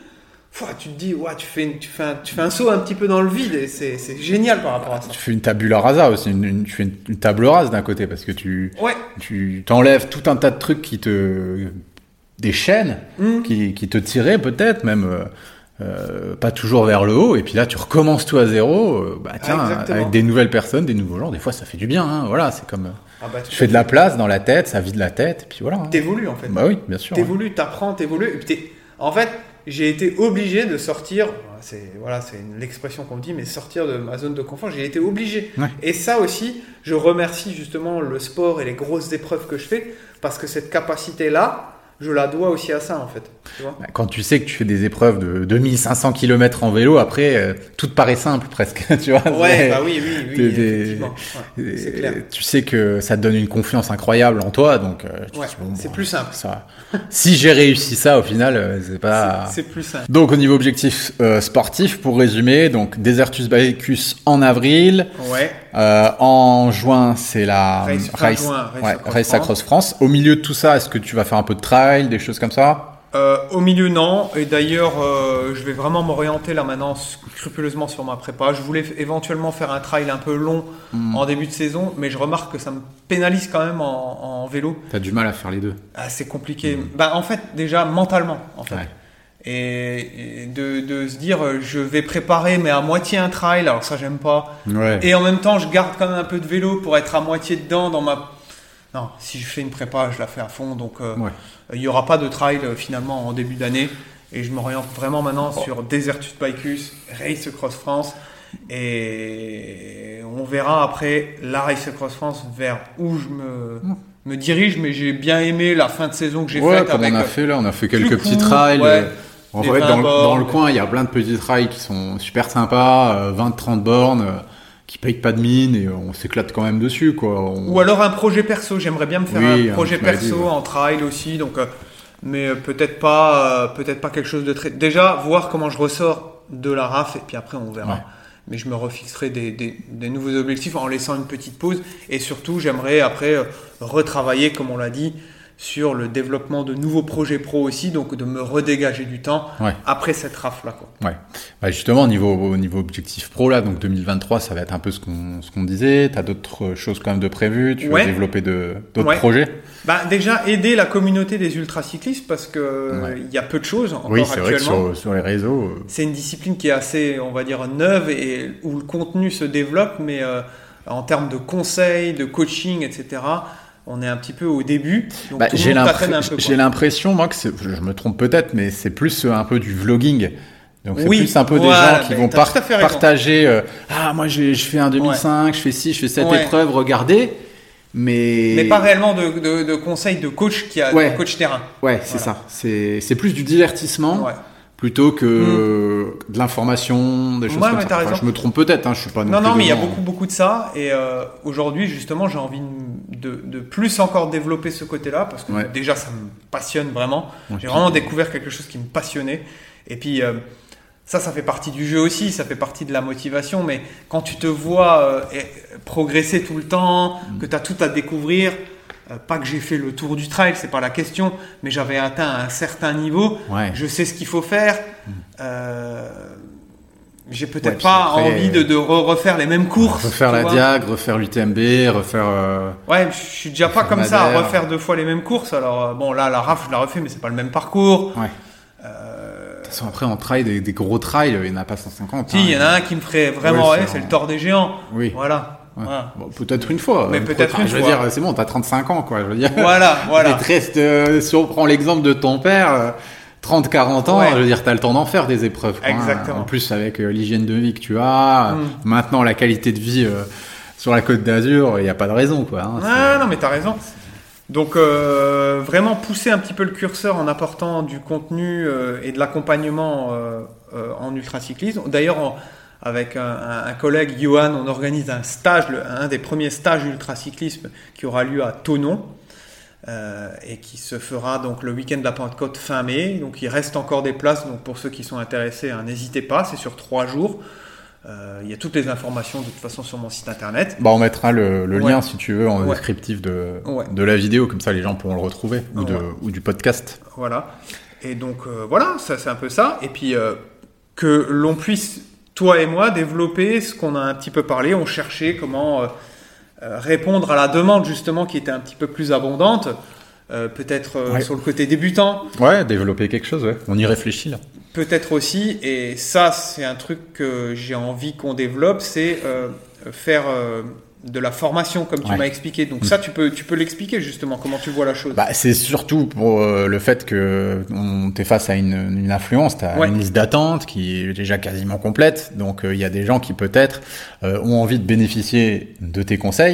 Speaker 1: Tu te dis, ouais, tu, fais une, tu, fais un, tu fais un saut un petit peu dans le vide et c'est, c'est génial par rapport à ça.
Speaker 2: Tu fais une tabula rasa aussi, une, une, tu fais une, une table rase d'un côté parce que tu,
Speaker 1: ouais.
Speaker 2: tu t'enlèves tout un tas de trucs qui te. Des chaînes mmh. qui, qui te tiraient peut-être, même euh, euh, pas toujours vers le haut, et puis là tu recommences tout à zéro, euh, bah tiens, ah, avec des nouvelles personnes, des nouveaux gens, des fois ça fait du bien, hein, voilà, c'est comme. Ah bah, je fais de la place dans la tête, ça vide la tête, et puis voilà. Hein.
Speaker 1: T'évolues en fait.
Speaker 2: Bah oui, bien sûr.
Speaker 1: T'évolues, hein. T'apprends, t'évolues, et puis t'es. En fait. J'ai été obligé de sortir, c'est, voilà, c'est une, l'expression qu'on dit, mais sortir de ma zone de confort, j'ai été obligé. Ouais. Et ça aussi, je remercie justement le sport et les grosses épreuves que je fais, parce que cette capacité-là je la dois aussi à ça en fait. Tu vois,
Speaker 2: quand tu sais que tu fais des épreuves de deux mille cinq cents kilomètres en vélo, après, euh, tout te paraît simple presque, tu vois.
Speaker 1: Ouais,
Speaker 2: c'est,
Speaker 1: bah oui, oui, oui,
Speaker 2: des,
Speaker 1: effectivement. Ouais, c'est clair.
Speaker 2: Tu sais que ça te donne une confiance incroyable en toi, donc euh, tu
Speaker 1: ouais,
Speaker 2: dis, bon,
Speaker 1: c'est
Speaker 2: bon,
Speaker 1: plus simple.
Speaker 2: Ça, si j'ai réussi ça, au final, euh, c'est pas...
Speaker 1: C'est, c'est plus simple.
Speaker 2: Donc, au niveau objectif euh, sportif, pour résumer, donc Desertus Bicus en avril.
Speaker 1: Ouais.
Speaker 2: Euh, en juin, c'est la
Speaker 1: Race,
Speaker 2: Race,
Speaker 1: juin, Race,
Speaker 2: ouais,
Speaker 1: Across
Speaker 2: Race
Speaker 1: France.
Speaker 2: Across France. Au milieu de tout ça, est-ce que tu vas faire un peu de trail, des choses comme ça?
Speaker 1: Euh, au milieu, non. Et d'ailleurs, euh, je vais vraiment m'orienter là maintenant scrupuleusement sur ma prépa. Je voulais f- éventuellement faire un trail un peu long
Speaker 2: Mm.
Speaker 1: en début de saison, mais je remarque que ça me pénalise quand même en, en vélo.
Speaker 2: T'as du mal à faire les deux.
Speaker 1: Ah, c'est compliqué. Mm. Bah, en fait, déjà mentalement, en fait.
Speaker 2: Ouais.
Speaker 1: Et, et de, de se dire, euh, je vais préparer, mais à moitié un trail. Alors ça, j'aime pas.
Speaker 2: Ouais.
Speaker 1: Et en même temps, je garde quand même un peu de vélo pour être à moitié dedans dans ma. Non, si je fais une prépa, je la fais à fond. Donc, euh,
Speaker 2: Ouais.
Speaker 1: il n'y aura pas de trail euh, finalement en début d'année. Et je m'oriente vraiment maintenant
Speaker 2: Oh.
Speaker 1: sur Desertus Bicus, Race Across France. Et on verra après la Race Across France vers où je me,
Speaker 2: Mm.
Speaker 1: me dirige. Mais j'ai bien aimé la fin de saison que j'ai
Speaker 2: Ouais,
Speaker 1: faite
Speaker 2: comme
Speaker 1: avec.
Speaker 2: on a fait là, on a fait quelques
Speaker 1: plus
Speaker 2: petits
Speaker 1: court,
Speaker 2: trails.
Speaker 1: ouais.
Speaker 2: euh, En
Speaker 1: Des
Speaker 2: fait,
Speaker 1: vingt
Speaker 2: dans, le-
Speaker 1: bornes.
Speaker 2: dans le coin, il y a plein de petits trails qui sont super sympas, euh, vingt trente bornes, euh, qui payent pas de mine et on s'éclate quand même dessus, quoi. On-
Speaker 1: Ou alors un projet perso. J'aimerais bien me faire
Speaker 2: Oui,
Speaker 1: un projet
Speaker 2: tu m'avais
Speaker 1: perso
Speaker 2: dit, ouais.
Speaker 1: en trail aussi. Donc, euh, mais euh, peut-être pas, euh, peut-être pas quelque chose de très. Déjà, voir comment je ressors de la R A F et puis après on verra.
Speaker 2: Ouais.
Speaker 1: Mais je me refixerai des, des, des nouveaux objectifs en laissant une petite pause. Et surtout, j'aimerais après euh, retravailler, comme on l'a dit, sur le développement de nouveaux projets pro aussi, donc de me redégager du temps
Speaker 2: Ouais.
Speaker 1: après cette R A F là, quoi.
Speaker 2: Ouais. Bah, justement, au niveau, au niveau objectif pro, là, donc deux mille vingt-trois, ça va être un peu ce qu'on, ce qu'on disait. T'as d'autres choses quand même de prévues. Tu
Speaker 1: Ouais.
Speaker 2: veux développer de, d'autres
Speaker 1: Ouais.
Speaker 2: projets.
Speaker 1: Bah, déjà, aider la communauté des ultracyclistes parce que euh,
Speaker 2: Ouais.
Speaker 1: il y a peu de choses encore
Speaker 2: Oui, c'est vrai que
Speaker 1: actuellement.
Speaker 2: sur, sur les réseaux. euh,
Speaker 1: C'est une discipline qui est assez, on va dire, neuve et où le contenu se développe, mais euh, en termes de conseils, de coaching, et cetera, on est un petit peu au début. Donc
Speaker 2: Bah,
Speaker 1: tout le
Speaker 2: j'ai,
Speaker 1: monde
Speaker 2: l'impré-
Speaker 1: tâtonne un peu,
Speaker 2: j'ai
Speaker 1: quoi.
Speaker 2: l'impression, moi, que c'est, je me trompe peut-être, mais c'est plus euh, un peu du vlogging. Donc c'est
Speaker 1: Oui,
Speaker 2: plus un peu
Speaker 1: voilà,
Speaker 2: des gens qui
Speaker 1: mais
Speaker 2: vont
Speaker 1: t'as
Speaker 2: par-
Speaker 1: tout à fait raison.
Speaker 2: partager. euh, ah, moi, j'ai, je fais un deux mille cinq, je fais ci, je fais cette
Speaker 1: Ouais.
Speaker 2: épreuve, regardez. Mais,
Speaker 1: Mais pas réellement de, de, de conseils de coach qui a
Speaker 2: Ouais.
Speaker 1: de coach terrain.
Speaker 2: Ouais, c'est
Speaker 1: Voilà.
Speaker 2: ça. C'est, c'est plus du divertissement.
Speaker 1: Ouais.
Speaker 2: Plutôt que de l'information, des choses
Speaker 1: Ouais,
Speaker 2: comme
Speaker 1: ouais,
Speaker 2: ça.
Speaker 1: t'as
Speaker 2: Enfin,
Speaker 1: raison.
Speaker 2: je me trompe peut-être, hein, je suis pas non
Speaker 1: Non,
Speaker 2: plus
Speaker 1: non, mais il y a
Speaker 2: dedans.
Speaker 1: beaucoup, beaucoup de ça. Et euh, aujourd'hui, justement, j'ai envie de, de plus encore développer ce côté-là parce que
Speaker 2: Ouais.
Speaker 1: déjà, ça me passionne vraiment.
Speaker 2: Ouais,
Speaker 1: J'ai
Speaker 2: puis-
Speaker 1: vraiment découvert quelque chose qui me passionnait. Et puis, euh, ça, ça fait partie du jeu aussi, ça fait partie de la motivation. Mais quand tu te vois euh, et- progresser tout le temps,
Speaker 2: Mm.
Speaker 1: que tu as tout à découvrir, euh, pas que j'ai fait le tour du trail, c'est pas la question, mais j'avais atteint un certain niveau.
Speaker 2: Ouais.
Speaker 1: Je sais ce qu'il faut faire. Euh, j'ai peut-être
Speaker 2: Ouais, puis
Speaker 1: pas
Speaker 2: après,
Speaker 1: envie de, de re- refaire les mêmes courses.
Speaker 2: Refaire
Speaker 1: tu
Speaker 2: la
Speaker 1: vois.
Speaker 2: Diag, refaire l'U T M B, refaire. euh,
Speaker 1: Ouais, je suis déjà pas
Speaker 2: Refaire
Speaker 1: comme ça à
Speaker 2: Madère.
Speaker 1: refaire deux fois les mêmes courses. Alors euh, bon, là, la R A F, je la refais, mais c'est pas le même parcours.
Speaker 2: Ouais.
Speaker 1: Euh,
Speaker 2: De toute façon, après, en trail, des, des gros trails, il n'y en a pas cent cinquante.
Speaker 1: Si, il y en a un qui me ferait vraiment
Speaker 2: Ouais,
Speaker 1: rêver,
Speaker 2: c'est
Speaker 1: c'est
Speaker 2: un-
Speaker 1: le Tour des Géants.
Speaker 2: Oui.
Speaker 1: Voilà.
Speaker 2: Ouais.
Speaker 1: Voilà.
Speaker 2: Bon, peut-être une fois.
Speaker 1: Mais
Speaker 2: euh,
Speaker 1: peut-être
Speaker 2: enfin,
Speaker 1: une
Speaker 2: je veux
Speaker 1: fois.
Speaker 2: dire, c'est bon, t'as trente-cinq ans, quoi. Je veux dire.
Speaker 1: Voilà, voilà.
Speaker 2: Il te reste, euh, si on prend l'exemple de ton père, euh, trente quarante ans,
Speaker 1: Ouais.
Speaker 2: je veux dire, t'as le temps d'en faire des épreuves. quoi, hein.
Speaker 1: Exactement.
Speaker 2: En plus, avec euh, l'hygiène de vie que tu as, euh,
Speaker 1: Mm.
Speaker 2: maintenant la qualité de vie euh, sur la Côte d'Azur, il n'y a pas de raison, quoi. hein.
Speaker 1: Ah,
Speaker 2: C'est-
Speaker 1: non, mais t'as raison. Donc, euh, vraiment pousser un petit peu le curseur en apportant du contenu euh, et de l'accompagnement euh, euh, en ultracyclisme. D'ailleurs, en- avec un, un- un collègue, Johan, on organise un stage, le- un des premiers stages ultracyclisme qui aura lieu à Thonon euh, et qui se fera donc le week-end de la Pentecôte fin mai. Donc, il reste encore des places. Donc, pour ceux qui sont intéressés, hein, n'hésitez pas. C'est sur trois jours. Euh, il y a toutes les informations de toute façon sur mon site internet.
Speaker 2: Bah, on mettra le, le
Speaker 1: Ouais.
Speaker 2: lien, si tu veux, en
Speaker 1: Ouais.
Speaker 2: descriptif de,
Speaker 1: Ouais.
Speaker 2: de la vidéo, comme ça les gens pourront le retrouver, ou, de,
Speaker 1: Ouais.
Speaker 2: ou du podcast.
Speaker 1: Voilà. Et donc, euh, voilà, ça c'est un peu ça. Et puis, euh, que l'on puisse, toi et moi, développer ce qu'on a un petit peu parlé. On cherchait comment euh, euh, répondre à la demande, justement, qui était un petit peu plus abondante. Euh, peut-être euh,
Speaker 2: Ouais.
Speaker 1: sur le côté débutant,
Speaker 2: Ouais, développer quelque chose, ouais. On y réfléchit, là.
Speaker 1: peut-être aussi. Et ça, c'est un truc que j'ai envie qu'on développe, c'est euh, faire euh, de la formation, comme tu
Speaker 2: Ouais.
Speaker 1: m'as expliqué. Donc
Speaker 2: Mm.
Speaker 1: ça, tu peux, tu peux l'expliquer, justement, comment tu vois la chose.
Speaker 2: Bah, c'est surtout pour euh, le fait que on t'es face à une, une influence, t'as
Speaker 1: Ouais.
Speaker 2: une liste d'attente qui est déjà quasiment complète, donc il y a des gens qui peut-être euh, ont envie de bénéficier de tes conseils,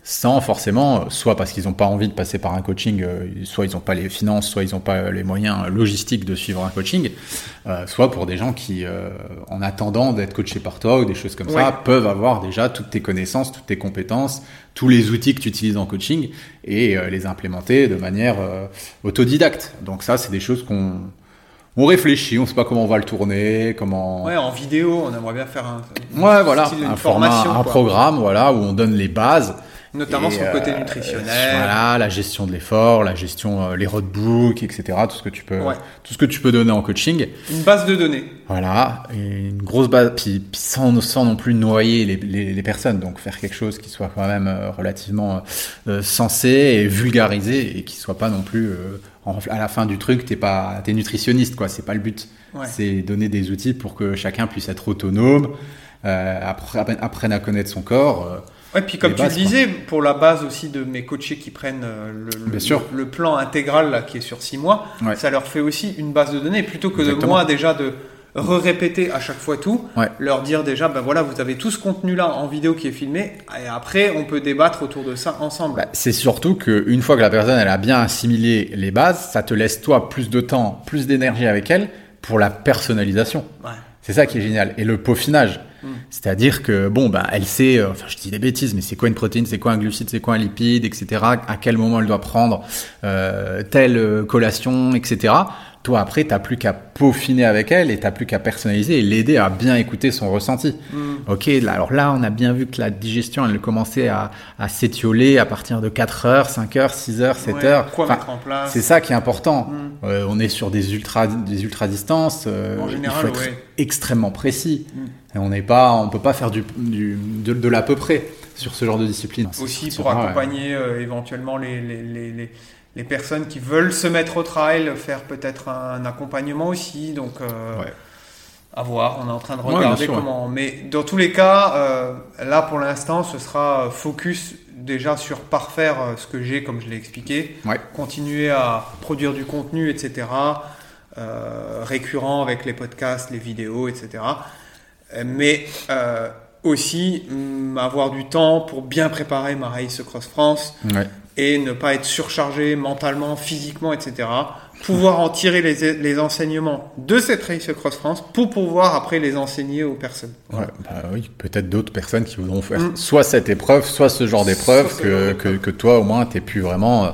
Speaker 2: sans forcément, soit parce qu'ils n'ont pas envie de passer par un coaching, euh, soit ils n'ont pas les finances, soit ils n'ont pas les moyens logistiques de suivre un coaching, euh, soit pour des gens qui, euh, en attendant d'être coachés par toi ou des choses comme
Speaker 1: Ouais.
Speaker 2: ça, peuvent avoir déjà toutes tes connaissances, toutes tes compétences, tous les outils que tu utilises en coaching et euh, les implémenter de manière euh, autodidacte. Donc ça, c'est des choses qu'on on réfléchit, on sait pas comment on va le tourner, comment...
Speaker 1: Ouais, en vidéo, on aimerait bien faire un,
Speaker 2: Ouais, voilà,
Speaker 1: style, une
Speaker 2: un format,
Speaker 1: formation,
Speaker 2: un
Speaker 1: quoi.
Speaker 2: programme, voilà, où on donne les bases.
Speaker 1: Notamment
Speaker 2: Et,
Speaker 1: sur le côté
Speaker 2: euh,
Speaker 1: nutritionnel.
Speaker 2: Voilà, la gestion de l'effort, la gestion, euh, les roadbooks, et cetera. Tout ce que tu peux,
Speaker 1: Ouais.
Speaker 2: tout ce que tu peux donner en coaching.
Speaker 1: Une base de données.
Speaker 2: Voilà, et une grosse base, puis, puis sans, sans non plus noyer les, les, les personnes. Donc faire quelque chose qui soit quand même euh, relativement euh, sensé et vulgarisé et qui soit pas non plus euh, en, à la fin du truc, t'es pas, t'es nutritionniste, quoi. C'est pas le but.
Speaker 1: Ouais.
Speaker 2: C'est donner des outils pour que chacun puisse être autonome, euh, apprenne, apprenne à connaître son corps. Euh,
Speaker 1: Ouais, puis comme
Speaker 2: Les
Speaker 1: tu
Speaker 2: bases,
Speaker 1: le disais, pour la base aussi de mes coachés qui prennent euh, le,
Speaker 2: Bien
Speaker 1: le,
Speaker 2: sûr.
Speaker 1: le plan intégral là, qui est sur six mois,
Speaker 2: Ouais.
Speaker 1: ça leur fait aussi une base de données. Plutôt que de
Speaker 2: Exactement.
Speaker 1: moi déjà de re-répéter à chaque fois tout,
Speaker 2: Ouais.
Speaker 1: leur dire déjà, ben voilà, vous avez tout ce contenu-là en vidéo qui est filmé, et après on peut débattre autour de ça ensemble.
Speaker 2: Bah, c'est surtout qu'une fois que la personne elle a bien assimilé les bases, ça te laisse toi plus de temps, plus d'énergie avec elle pour la personnalisation.
Speaker 1: Ouais.
Speaker 2: C'est ça qui est génial. Et le peaufinage.
Speaker 1: Mm.
Speaker 2: C'est-à-dire que, bon, ben, elle sait, euh, enfin, je dis des bêtises, mais c'est quoi une protéine, c'est quoi un glucide, c'est quoi un lipide, et cetera. À quel moment elle doit prendre euh, telle euh, collation, et cetera. Toi, après, t'as plus qu'à peaufiner avec elle et t'as plus qu'à personnaliser et l'aider à bien écouter son ressenti.
Speaker 1: Mm.
Speaker 2: Ok, là, alors là, on a bien vu que la digestion, elle commençait à, à s'étioler à partir de quatre heures, cinq heures, six heures, sept
Speaker 1: Ouais,
Speaker 2: heures.
Speaker 1: Quoi
Speaker 2: Enfin,
Speaker 1: mettre en place.
Speaker 2: c'est ça qui est important.
Speaker 1: Mm.
Speaker 2: Euh, on est sur des ultra, des ultra distances. Euh,
Speaker 1: En général,
Speaker 2: il faut être
Speaker 1: ouais.
Speaker 2: extrêmement précis.
Speaker 1: Mm.
Speaker 2: Et on n'est pas, on peut pas faire du, du de, de l'à peu près sur ce genre de discipline.
Speaker 1: Aussi
Speaker 2: C'est-
Speaker 1: pour
Speaker 2: c'est vrai,
Speaker 1: accompagner euh, éventuellement les, les, les, les, les personnes qui veulent se mettre au trail, faire peut-être un accompagnement aussi. Donc, euh,
Speaker 2: Ouais.
Speaker 1: à voir. On est en train de
Speaker 2: Ouais,
Speaker 1: regarder
Speaker 2: bien sûr,
Speaker 1: comment. Mais dans tous les cas, euh, là pour l'instant, ce sera focus déjà sur parfaire euh, ce que j'ai, comme je l'ai expliqué.
Speaker 2: Ouais.
Speaker 1: Continuer à produire du contenu, et cetera. Euh, récurrent avec les podcasts, les vidéos, et cetera. Mais euh, aussi hum, avoir du temps pour bien préparer ma Race Cross France
Speaker 2: Ouais.
Speaker 1: et ne pas être surchargé mentalement, physiquement, et cetera. Pouvoir en tirer les, les enseignements de cette Race Cross France pour pouvoir après les enseigner aux personnes.
Speaker 2: Ouais, bah oui, peut-être d'autres personnes qui voudront faire
Speaker 1: Mm.
Speaker 2: soit cette épreuve, soit ce genre d'épreuve
Speaker 1: Soit ce
Speaker 2: que,
Speaker 1: genre
Speaker 2: que,
Speaker 1: d'épreuve.
Speaker 2: que toi au moins t'aies pu vraiment euh,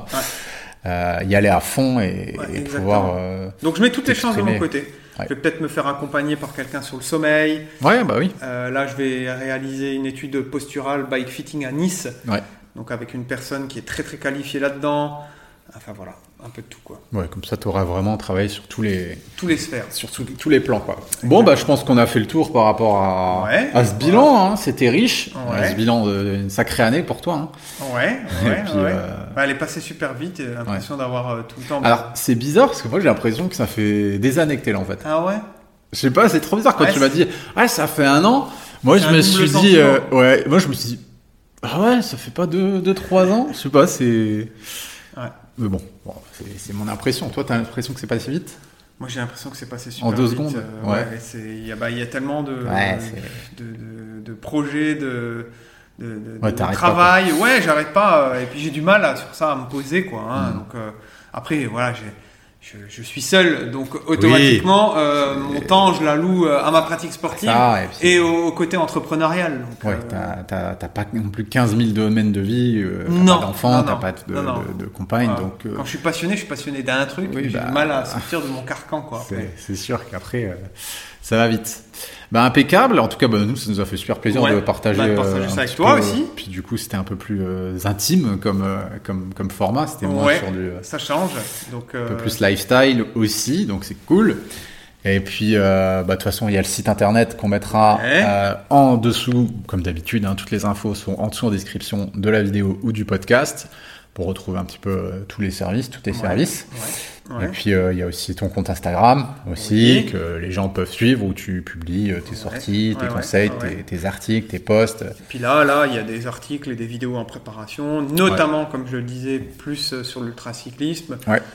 Speaker 2: euh, y aller à fond et,
Speaker 1: Ouais,
Speaker 2: et
Speaker 1: exactement.
Speaker 2: pouvoir. euh,
Speaker 1: Donc je mets toutes les chances de mon
Speaker 2: T'exprimer.
Speaker 1: côté.
Speaker 2: Ouais.
Speaker 1: Je vais peut-être me faire accompagner par quelqu'un sur le sommeil.
Speaker 2: Ouais, bah oui.
Speaker 1: Euh, là, je vais réaliser une étude posturale bike fitting à Nice.
Speaker 2: Ouais.
Speaker 1: Donc avec une personne qui est très très qualifiée là-dedans. Enfin voilà, un peu de tout quoi.
Speaker 2: Ouais, comme ça t'auras vraiment travaillé sur tous les
Speaker 1: Tous les sphères.
Speaker 2: sur tous, tous les plans quoi. Bon bah je pense qu'on a fait le tour par rapport à,
Speaker 1: Ouais.
Speaker 2: à ce bilan. Hein. C'était riche.
Speaker 1: Ouais.
Speaker 2: Ce bilan d'une sacrée année pour toi. Hein.
Speaker 1: Ouais, ouais,
Speaker 2: Et puis,
Speaker 1: ouais.
Speaker 2: euh,
Speaker 1: Ouais, elle est passée super vite, j'ai l'impression d'avoir euh, tout le temps.
Speaker 2: Alors c'est bizarre parce que moi j'ai l'impression que ça fait des années que t'es là en fait.
Speaker 1: Ah ouais.
Speaker 2: Je sais pas, c'est trop bizarre quand
Speaker 1: Ouais,
Speaker 2: tu m'as
Speaker 1: c'est-
Speaker 2: dit ouais ça fait un an. Moi
Speaker 1: C'est
Speaker 2: je
Speaker 1: un
Speaker 2: me
Speaker 1: double
Speaker 2: suis dit
Speaker 1: sentiment.
Speaker 2: euh, ouais, moi je me suis dit ah ouais ça fait pas deux, deux trois ans. Je sais pas c'est.
Speaker 1: Ouais.
Speaker 2: Mais bon, bon c'est, c'est mon impression. Toi t'as l'impression que c'est passé vite.
Speaker 1: Moi j'ai l'impression que c'est passé super
Speaker 2: En deux
Speaker 1: vite.
Speaker 2: secondes,
Speaker 1: euh,
Speaker 2: ouais.
Speaker 1: ouais. c'est- Il y, a- bah, il y a tellement de,
Speaker 2: Ouais,
Speaker 1: de,
Speaker 2: c'est-
Speaker 1: de, de- de projets, de, de, de-
Speaker 2: Ouais,
Speaker 1: de
Speaker 2: t'arrêtes
Speaker 1: travail. ouais, j'arrête pas. euh, Et puis j'ai du mal là, sur ça à me poser quoi. Hein,
Speaker 2: Mm.
Speaker 1: donc euh, après voilà, j'ai. Je, je suis seul, donc automatiquement, euh, mon temps, je l'alloue euh, à ma pratique sportive
Speaker 2: Ça, et puis-
Speaker 1: et au, au côté entrepreneurial. Donc,
Speaker 2: Ouais,
Speaker 1: euh,
Speaker 2: t'as, t'as, t'as pas non plus quinze mille domaines de vie, euh, t'as
Speaker 1: Non,
Speaker 2: pas d'enfants,
Speaker 1: non,
Speaker 2: t'as
Speaker 1: non.
Speaker 2: pas de,
Speaker 1: Non, non.
Speaker 2: de, de compagne,
Speaker 1: voilà.
Speaker 2: donc euh,
Speaker 1: Quand je suis passionné, je suis passionné d'un truc,
Speaker 2: Oui,
Speaker 1: et j'ai
Speaker 2: bah,
Speaker 1: du mal à sortir de mon carcan. Quoi, après.
Speaker 2: c'est, c'est sûr qu'après, euh, ça va vite. Bah, impeccable. En tout cas, bah, nous, ça nous a fait super plaisir
Speaker 1: Ouais.
Speaker 2: de partager,
Speaker 1: Bah, de partager
Speaker 2: euh, un
Speaker 1: ça avec
Speaker 2: petit
Speaker 1: toi
Speaker 2: peu,
Speaker 1: aussi.
Speaker 2: euh, Puis du coup, c'était un peu plus euh, intime comme, euh, comme, comme format. C'était moins
Speaker 1: Ouais,
Speaker 2: sur du euh,
Speaker 1: ça change. Donc,
Speaker 2: un
Speaker 1: euh,
Speaker 2: peu plus lifestyle aussi, donc c'est cool. Et puis, euh, bah, de toute façon, il y a le site internet qu'on mettra
Speaker 1: Ouais.
Speaker 2: euh, en dessous, comme d'habitude. Hein, toutes les infos sont en dessous en description de la vidéo ou du podcast pour retrouver un petit peu euh, tous les services, tous tes
Speaker 1: ouais,
Speaker 2: services.
Speaker 1: ouais, ouais.
Speaker 2: Et puis, euh, il y a aussi ton compte Instagram aussi,
Speaker 1: Oui.
Speaker 2: que les gens peuvent suivre, où tu publies euh, tes
Speaker 1: Ouais.
Speaker 2: sorties, tes
Speaker 1: Ouais, ouais,
Speaker 2: conseils,
Speaker 1: ouais, ouais.
Speaker 2: Tes, tes articles, tes posts.
Speaker 1: Et puis là, là, il y a des articles et des vidéos en préparation, notamment, comme je le disais, plus euh, sur l'ultracyclisme.
Speaker 2: Ouais.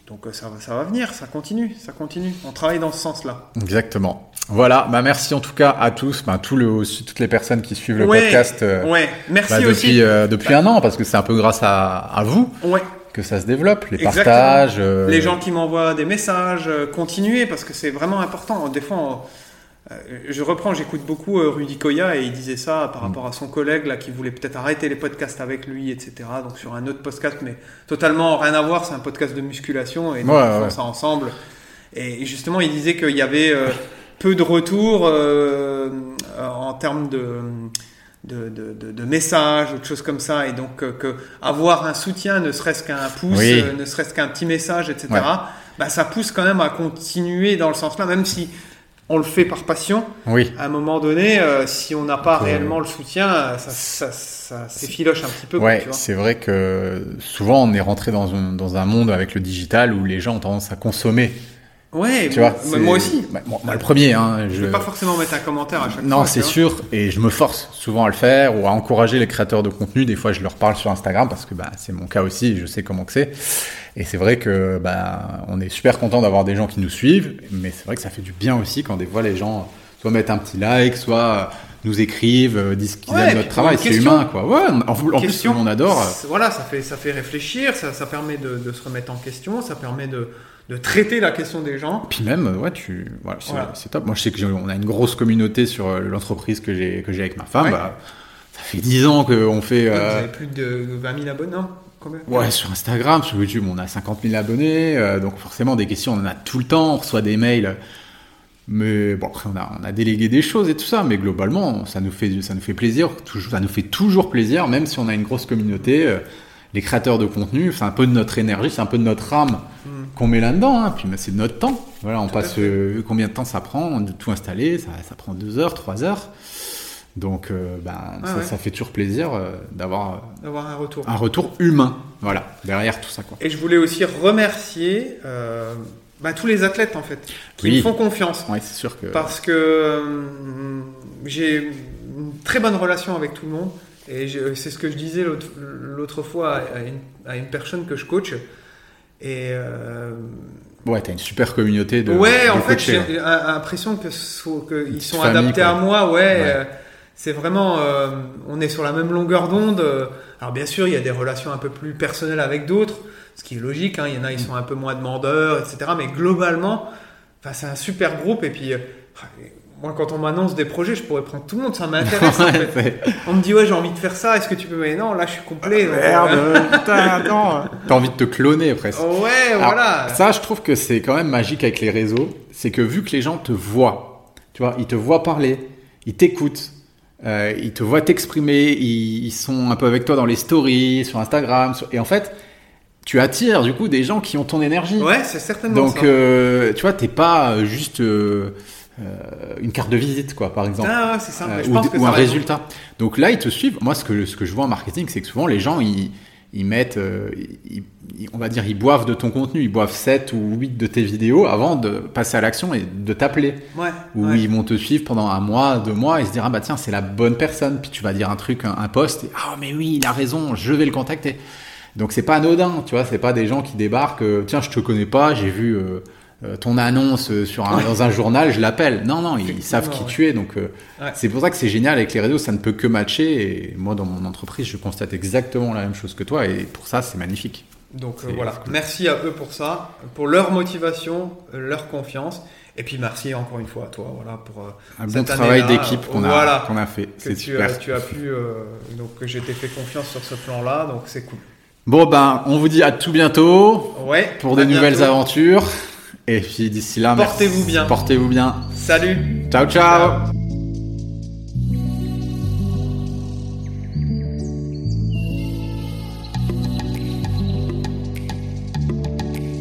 Speaker 1: Donc ça va, ça va venir, ça continue, ça continue. On travaille dans ce sens-là.
Speaker 2: Exactement. Voilà, bah merci en tout cas à tous, bah, tout le, aussi, toutes les personnes qui suivent le
Speaker 1: ouais,
Speaker 2: podcast euh,
Speaker 1: ouais. Merci
Speaker 2: bah,
Speaker 1: aussi.
Speaker 2: depuis, euh, depuis un an, parce que c'est un peu grâce à, à vous
Speaker 1: ouais.
Speaker 2: que ça se développe, les
Speaker 1: Exactement.
Speaker 2: partages. Euh...
Speaker 1: Les gens qui m'envoient des messages, euh, continuez, parce que c'est vraiment important. Des fois, on, euh, je reprends, j'écoute beaucoup euh, Rudy Koya, et il disait ça par rapport à son collègue là, qui voulait peut-être arrêter les podcasts avec lui, et cetera. Donc sur un autre podcast, mais totalement rien à voir, c'est un podcast de musculation, et donc
Speaker 2: ouais,
Speaker 1: on fait
Speaker 2: ouais.
Speaker 1: ça ensemble. Et justement, il disait qu'il y avait euh, peu de retours euh, en termes de... De, de, de, de messages ou de choses comme ça, et donc euh, que avoir un soutien, ne serait-ce qu'un pouce,
Speaker 2: oui.
Speaker 1: euh, ne serait-ce qu'un petit message, et cetera. Ouais. Bah, ça pousse quand même à continuer dans le sens-là, même si on le fait par passion.
Speaker 2: Oui.
Speaker 1: À un moment donné, euh, si on n'a pas
Speaker 2: euh...
Speaker 1: réellement le soutien, ça, ça, ça s'effiloche un petit peu.
Speaker 2: Ouais,
Speaker 1: quoi, tu vois.
Speaker 2: c'est vrai que souvent on est rentré dans un, dans un monde avec le digital où les gens ont tendance à consommer.
Speaker 1: Ouais,
Speaker 2: tu
Speaker 1: moi,
Speaker 2: vois,
Speaker 1: moi aussi.
Speaker 2: Bah, moi, moi, le premier, hein.
Speaker 1: Je ne vais pas forcément mettre un commentaire à chaque
Speaker 2: non,
Speaker 1: fois.
Speaker 2: Non, c'est sûr. Et je me force souvent à le faire ou à encourager les créateurs de contenu. Des fois, je leur parle sur Instagram parce que bah, c'est mon cas aussi. Je sais comment que c'est. Et c'est vrai que bah, on est super content d'avoir des gens qui nous suivent. Mais c'est vrai que ça fait du bien aussi quand des fois les gens soit mettent un petit like, soit nous écrivent, disent qu'ils
Speaker 1: ouais,
Speaker 2: aiment notre travail. C'est humain, quoi. Ouais, en, en question, plus, on adore.
Speaker 1: Voilà, ça fait, ça fait réfléchir. Ça, ça permet de, de se remettre en question. Ça permet de... de traiter la question des gens.
Speaker 2: Puis même, ouais, tu, voilà, c'est,
Speaker 1: voilà.
Speaker 2: c'est top. Moi, je sais que j'ai, on a une grosse communauté sur l'entreprise que j'ai, que j'ai avec ma femme. Ouais. Bah, ça fait dix ans qu'on fait.
Speaker 1: Vous
Speaker 2: euh...
Speaker 1: avez plus de vingt mille abonnés, non? Combien?
Speaker 2: Ouais, sur Instagram, sur YouTube, on a cinquante mille abonnés. Euh, donc forcément, des questions, on en a tout le temps. On reçoit des mails. Mais bon, après, on a, on a délégué des choses et tout ça. Mais globalement, ça nous fait, ça nous fait plaisir. Toujours, ça nous fait toujours plaisir, même si on a une grosse communauté. Euh, les créateurs de contenu, c'est un peu de notre énergie, c'est un peu de notre âme mmh. qu'on met là-dedans. Hein. Puis mais c'est de notre temps. Voilà, on tout passe euh, combien de temps ça prend de tout installer, ça, ça prend deux heures, trois heures. Donc, euh, ben, ah, ça, ouais. ça fait toujours plaisir euh, d'avoir, euh,
Speaker 1: d'avoir un retour,
Speaker 2: un retour humain. Voilà, derrière tout ça, quoi.
Speaker 1: Et je voulais aussi remercier euh, bah, tous les athlètes en fait qui oui. me font confiance.
Speaker 2: Oui, c'est sûr que
Speaker 1: parce que euh, j'ai une très bonne relation avec tout le monde. Et je, c'est ce que je disais l'autre, l'autre fois à une, à une personne que je coach. Et euh...
Speaker 2: ouais, t'as une super communauté de.
Speaker 1: Ouais,
Speaker 2: de
Speaker 1: en fait,
Speaker 2: coachés,
Speaker 1: j'ai
Speaker 2: hein.
Speaker 1: l'impression que qu'ils sont
Speaker 2: famille,
Speaker 1: adaptés
Speaker 2: quoi.
Speaker 1: à moi. Ouais, ouais.
Speaker 2: Euh,
Speaker 1: c'est vraiment, euh, on est sur la même longueur d'onde. Alors bien sûr, il y a des relations un peu plus personnelles avec d'autres, ce qui est logique. Hein. Il y en a, ils sont un peu moins demandeurs, et cetera. Mais globalement, enfin, c'est un super groupe. Et puis. Euh, Moi, quand on m'annonce des projets, je pourrais prendre tout le monde, ça m'intéresse. En fait. On me dit, ouais, j'ai envie de faire ça, est-ce que tu peux. Mais non, là, je suis complet. Donc,
Speaker 2: merde, euh... putain, attends. T'as envie de te cloner presque.
Speaker 1: Ouais,
Speaker 2: alors,
Speaker 1: voilà.
Speaker 2: Ça, je trouve que c'est quand même magique avec les réseaux. C'est que vu que les gens te voient, tu vois, ils te voient parler, ils t'écoutent, euh, ils te voient t'exprimer, ils, ils sont un peu avec toi dans les stories, sur Instagram. Sur... Et en fait, tu attires du coup des gens qui ont ton énergie.
Speaker 1: Ouais, c'est certainement
Speaker 2: donc,
Speaker 1: ça.
Speaker 2: Donc, euh, tu vois, t'es pas juste. Euh, Euh, une carte de visite, quoi, par exemple.
Speaker 1: Ah, c'est ça.
Speaker 2: Euh,
Speaker 1: je
Speaker 2: ou
Speaker 1: pense que
Speaker 2: ou
Speaker 1: ça
Speaker 2: un
Speaker 1: va
Speaker 2: résultat. Donc là, ils te suivent. Moi, ce que, ce que je vois en marketing, c'est que souvent, les gens, ils, ils mettent, euh, ils, ils, on va dire, ils boivent de ton contenu, ils boivent sept ou huit de tes vidéos avant de passer à l'action et de t'appeler.
Speaker 1: Ouais.
Speaker 2: Ou
Speaker 1: ouais.
Speaker 2: ils vont te suivre pendant un mois, deux mois et se dire, ah bah tiens, c'est la bonne personne. Puis tu vas dire un truc, un, un post, et ah, mais oui, il a raison, je vais le contacter. Donc c'est pas anodin, tu vois, c'est pas des gens qui débarquent, euh, tiens, je te connais pas, j'ai vu. Euh, Euh, ton annonce sur un, ouais. dans un journal, je l'appelle. Non, non, ils savent qui ouais. tu es. Donc, euh, ouais. c'est pour ça que c'est génial avec les réseaux, ça ne peut que matcher. Et moi, dans mon entreprise, je constate exactement la même chose que toi. Et pour ça, c'est magnifique.
Speaker 1: Donc euh, voilà, cool. Merci à eux pour ça, pour leur motivation, leur confiance. Et puis merci encore une fois à toi, voilà, pour euh,
Speaker 2: un bon travail d'équipe qu'on a,
Speaker 1: voilà,
Speaker 2: qu'on a fait.
Speaker 1: C'est tu super. As, tu as pu, euh, donc que j'ai été fait confiance sur ce plan-là, donc c'est cool.
Speaker 2: Bon ben, on vous dit à tout bientôt.
Speaker 1: Ouais.
Speaker 2: Pour des nouvelles bientôt. aventures. Et puis d'ici là,
Speaker 1: portez-vous
Speaker 2: merci.
Speaker 1: bien.
Speaker 2: Portez-vous bien.
Speaker 1: Salut.
Speaker 2: Ciao, ciao. ciao.